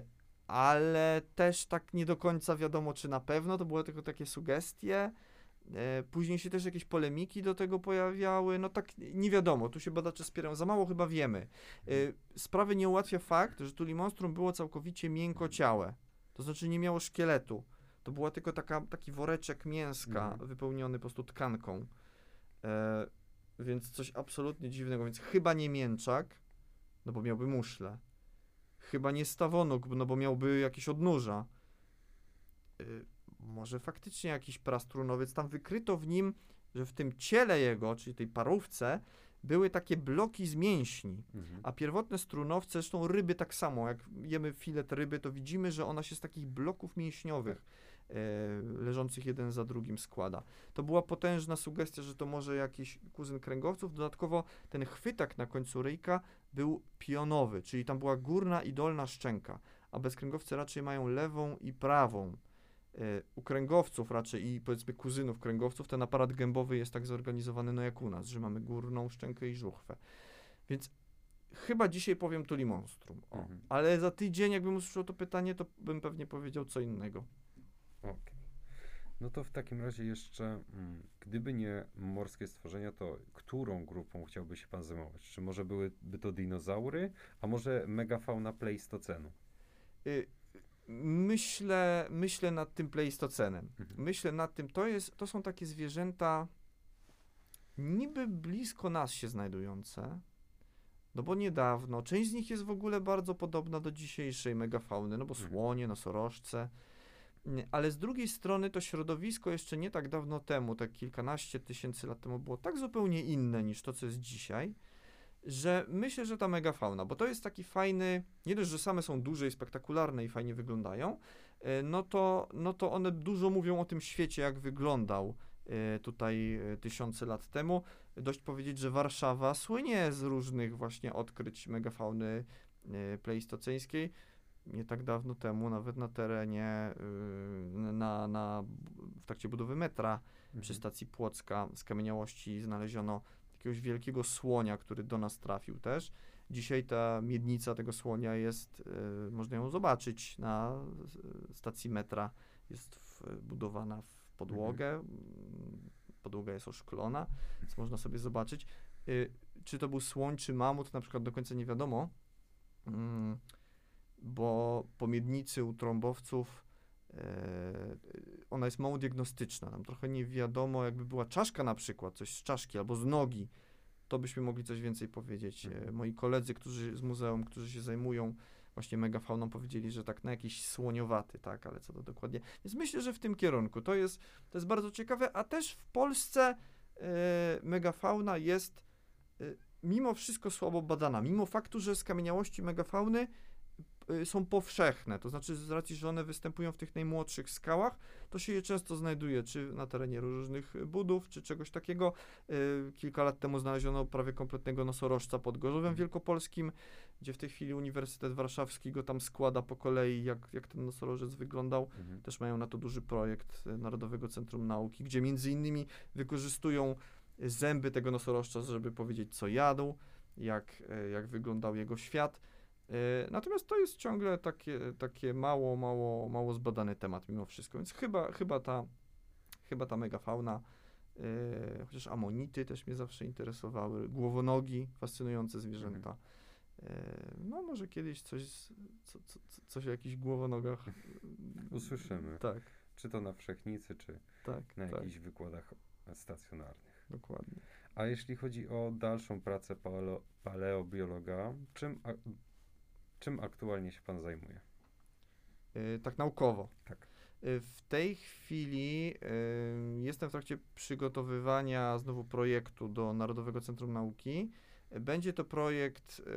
ale też tak nie do końca wiadomo, czy na pewno, to były tylko takie sugestie. E, później się też jakieś polemiki do tego pojawiały, no tak nie wiadomo, tu się badacze spierają, za mało chyba wiemy. E, sprawy nie ułatwia fakt, że Tulimonstrum było całkowicie miękkociałe, to znaczy nie miało szkieletu. To była tylko taka, taki woreczek mięska Mhm. wypełniony po prostu tkanką. E, więc coś absolutnie dziwnego. Więc chyba nie mięczak, no bo miałby muszle. Chyba nie stawonóg, no bo miałby jakieś odnóża. E, może faktycznie jakiś prastrunowiec. Tam wykryto w nim, że w tym ciele jego, czyli tej parówce, były takie bloki z mięśni, Mhm. a pierwotne strunowce, zresztą ryby tak samo, jak jemy filet ryby, to widzimy, że ona się z takich bloków mięśniowych e, leżących jeden za drugim składa. To była potężna sugestia, że to może jakiś kuzyn kręgowców. Dodatkowo ten chwytak na końcu ryjka był pionowy, czyli tam była górna i dolna szczęka, a bezkręgowcy raczej mają lewą i prawą. E, U kręgowców raczej i powiedzmy kuzynów kręgowców ten aparat gębowy jest tak zorganizowany, no jak u nas, że mamy górną szczękę i żuchwę. Więc chyba dzisiaj powiem tuli monstrum. O. Mhm. Ale za tydzień, jakbym usłyszał to pytanie, to bym pewnie powiedział co innego. Okej. No to w takim razie jeszcze, mm, gdyby nie morskie stworzenia, to którą grupą chciałby się pan zajmować? Czy może byłyby to dinozaury, a może megafauna pleistocenu? Y, myślę, myślę nad tym pleistocenem. Mhm. Myślę nad tym, to, jest, to są takie zwierzęta niby blisko nas się znajdujące, no bo niedawno, część z nich jest w ogóle bardzo podobna do dzisiejszej megafauny, no bo Mhm. słonie, nosorożce, nie, ale z drugiej strony to środowisko jeszcze nie tak dawno temu, tak kilkanaście tysięcy lat temu było tak zupełnie inne niż to, co jest dzisiaj, że myślę, że ta megafauna, bo to jest taki fajny, nie dość, że same są duże i spektakularne i fajnie wyglądają, e, no to, no to one dużo mówią o tym świecie, jak wyglądał e, tutaj e, tysiące lat temu. Dość powiedzieć, że Warszawa słynie z różnych właśnie odkryć megafauny e, pleistoceńskiej. Nie tak dawno temu, nawet na terenie, y, na, na, w trakcie budowy metra przy Mhm. stacji Płocka z kamieniałości znaleziono jakiegoś wielkiego słonia, który do nas trafił też. Dzisiaj ta miednica tego słonia jest, y, można ją zobaczyć na y, stacji metra, jest wbudowana w podłogę, mm, podłoga jest oszklona, więc można sobie zobaczyć. Y, czy to był słoń, czy mamut, na przykład do końca nie wiadomo, mm, bo po miednicy u trąbowców e, ona jest mało diagnostyczna. Tam trochę nie wiadomo, jakby była czaszka na przykład, coś z czaszki albo z nogi, to byśmy mogli coś więcej powiedzieć. E, Mhm. moi koledzy, którzy z muzeum, którzy się zajmują właśnie megafauną, powiedzieli, że tak na jakiś słoniowaty, tak, ale co to dokładnie. Więc myślę, że w tym kierunku. To jest, to jest bardzo ciekawe, a też w Polsce e, megafauna jest e, mimo wszystko słabo badana. Mimo faktu, że skamieniałości megafauny y, są powszechne, to znaczy z racji, że one występują w tych najmłodszych skałach, to się je często znajduje, czy na terenie różnych budów, czy czegoś takiego. Y, kilka lat temu znaleziono prawie kompletnego nosorożca pod Gorzowem Wielkopolskim, gdzie w tej chwili Uniwersytet Warszawski go tam składa po kolei, jak, jak ten nosorożec wyglądał. Mhm. Też mają na to duży projekt y, Narodowego Centrum Nauki, gdzie między innymi wykorzystują zęby tego nosorożca, żeby powiedzieć, co jadł, jak, y, jak wyglądał jego świat. E, Natomiast to jest ciągle takie, takie mało, mało, mało zbadany temat mimo wszystko, więc chyba, chyba ta, chyba ta megafauna, e, chociaż amonity też mnie zawsze interesowały, głowonogi, fascynujące zwierzęta. E, no może kiedyś coś, z- co, co, co- coś o jakichś głowonogach. Usłyszymy. Tak, Czy to na Wszechnicy, czy tak, na tak, jakichś wykładach stacjonarnych. dokładnie. A jeśli chodzi o dalszą pracę paleo, paleobiologa, czym, a, czym aktualnie się pan zajmuje? E, Tak naukowo. Tak. Y, W tej chwili y, jestem w trakcie przygotowywania znowu projektu do Narodowego Centrum Nauki. Y, Będzie to projekt y,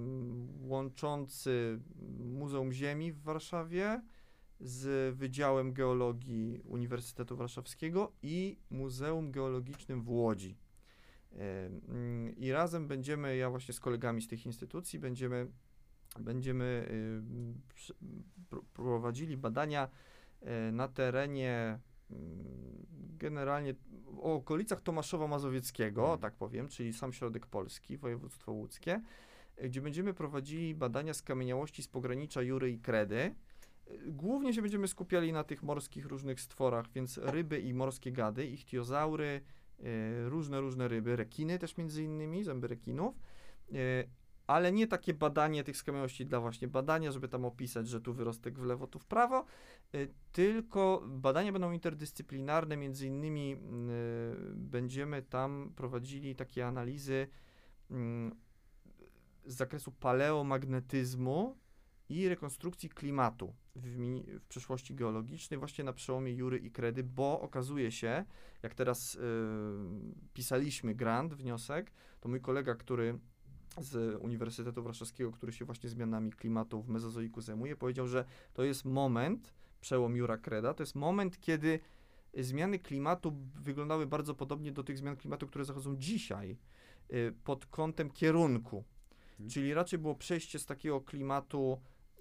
łączący Muzeum Ziemi w Warszawie z Wydziałem Geologii Uniwersytetu Warszawskiego i Muzeum Geologicznym w Łodzi. Y, mm, I razem będziemy, ja właśnie z kolegami z tych instytucji, będziemy, będziemy y, przy- pr- prowadzili badania e, na terenie mm, generalnie o okolicach Tomaszowa Mazowieckiego, Mhm. tak powiem, czyli sam środek Polski, województwo łódzkie, e, gdzie będziemy prowadzili badania skamieniałości z pogranicza Jury i Kredy. E, Głównie się będziemy skupiali na tych morskich różnych stworach, więc ryby i morskie gady, ichtiozaury, e, różne, różne ryby, rekiny też między innymi, zęby rekinów. E, ale nie takie badanie tych skamieniałości dla właśnie badania, żeby tam opisać, że tu wyrostek w lewo, tu w prawo, y, tylko badania będą interdyscyplinarne, między innymi y, będziemy tam prowadzili takie analizy y, z zakresu paleomagnetyzmu i rekonstrukcji klimatu w, mi, w przeszłości geologicznej, właśnie na przełomie Jury i Kredy, bo okazuje się, jak teraz y, pisaliśmy grant, wniosek, to mój kolega, który z Uniwersytetu Warszawskiego, który się właśnie zmianami klimatu w Mezozoiku zajmuje, powiedział, że to jest moment, przełom Jura-Kreda, to jest moment, kiedy zmiany klimatu wyglądały bardzo podobnie do tych zmian klimatu, które zachodzą dzisiaj, y, pod kątem kierunku. Hmm. Czyli raczej było przejście z takiego klimatu y,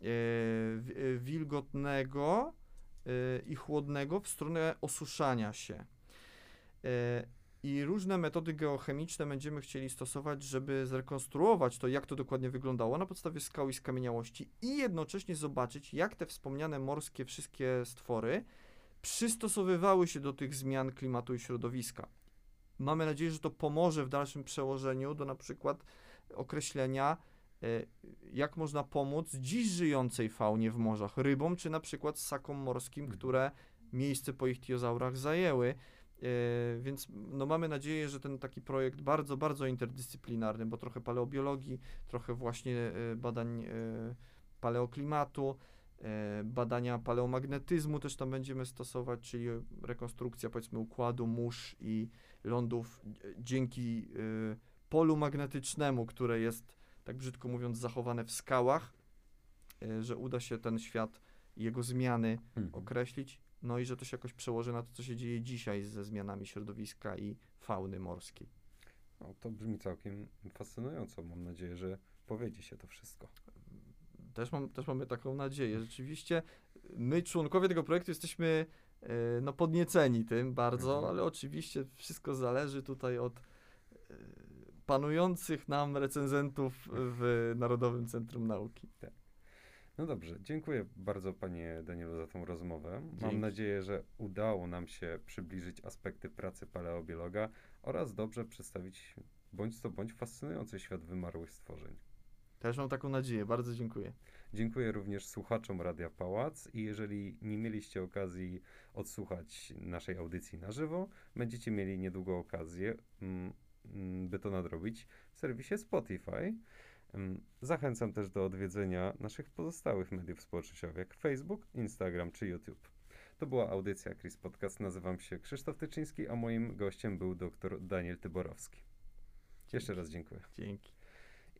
y, wilgotnego y, i chłodnego w stronę osuszania się. Y, I różne metody geochemiczne będziemy chcieli stosować, żeby zrekonstruować to, jak to dokładnie wyglądało na podstawie skał i skamieniałości i jednocześnie zobaczyć, jak te wspomniane morskie wszystkie stwory przystosowywały się do tych zmian klimatu i środowiska. Mamy nadzieję, że to pomoże w dalszym przełożeniu do na przykład określenia, jak można pomóc dziś żyjącej faunie w morzach, rybom, czy na przykład ssakom morskim, które miejsce po ichtiozaurach zajęły. Więc no, mamy nadzieję, że ten taki projekt bardzo, bardzo interdyscyplinarny, bo trochę paleobiologii, trochę właśnie badań paleoklimatu, badania paleomagnetyzmu też tam będziemy stosować, czyli rekonstrukcja, powiedzmy, układu mórz i lądów dzięki polu magnetycznemu, które jest, tak brzydko mówiąc, zachowane w skałach, że uda się ten świat i jego zmiany hmm. określić, no i że to się jakoś przełoży na to, co się dzieje dzisiaj ze zmianami środowiska i fauny morskiej. No, to brzmi całkiem fascynująco. Mam nadzieję, że powiedzie się to wszystko. Też, mam, też mamy taką nadzieję. Rzeczywiście my, członkowie tego projektu, jesteśmy e, no, podnieceni tym bardzo, mhm. ale oczywiście wszystko zależy tutaj od e, panujących nam recenzentów w Narodowym Centrum Nauki. Tak. No dobrze, dziękuję bardzo panie Danielu za tą rozmowę. Dzięki. Mam Dzięki. nadzieję, że udało nam się przybliżyć aspekty pracy paleobiologa oraz dobrze przedstawić bądź co bądź fascynujący świat wymarłych stworzeń. Też mam taką nadzieję, bardzo dziękuję. Dziękuję również słuchaczom Radia Pałac i jeżeli nie mieliście okazji odsłuchać naszej audycji na żywo, będziecie mieli niedługo okazję, by to nadrobić w serwisie Spotify. Zachęcam też do odwiedzenia naszych pozostałych mediów społecznościowych, jak Facebook, Instagram czy YouTube. To była audycja Chris Podcast. Nazywam się Krzysztof Tyczyński, a moim gościem był dr Daniel Tyborowski. Dzięki. Jeszcze raz dziękuję. Dzięki.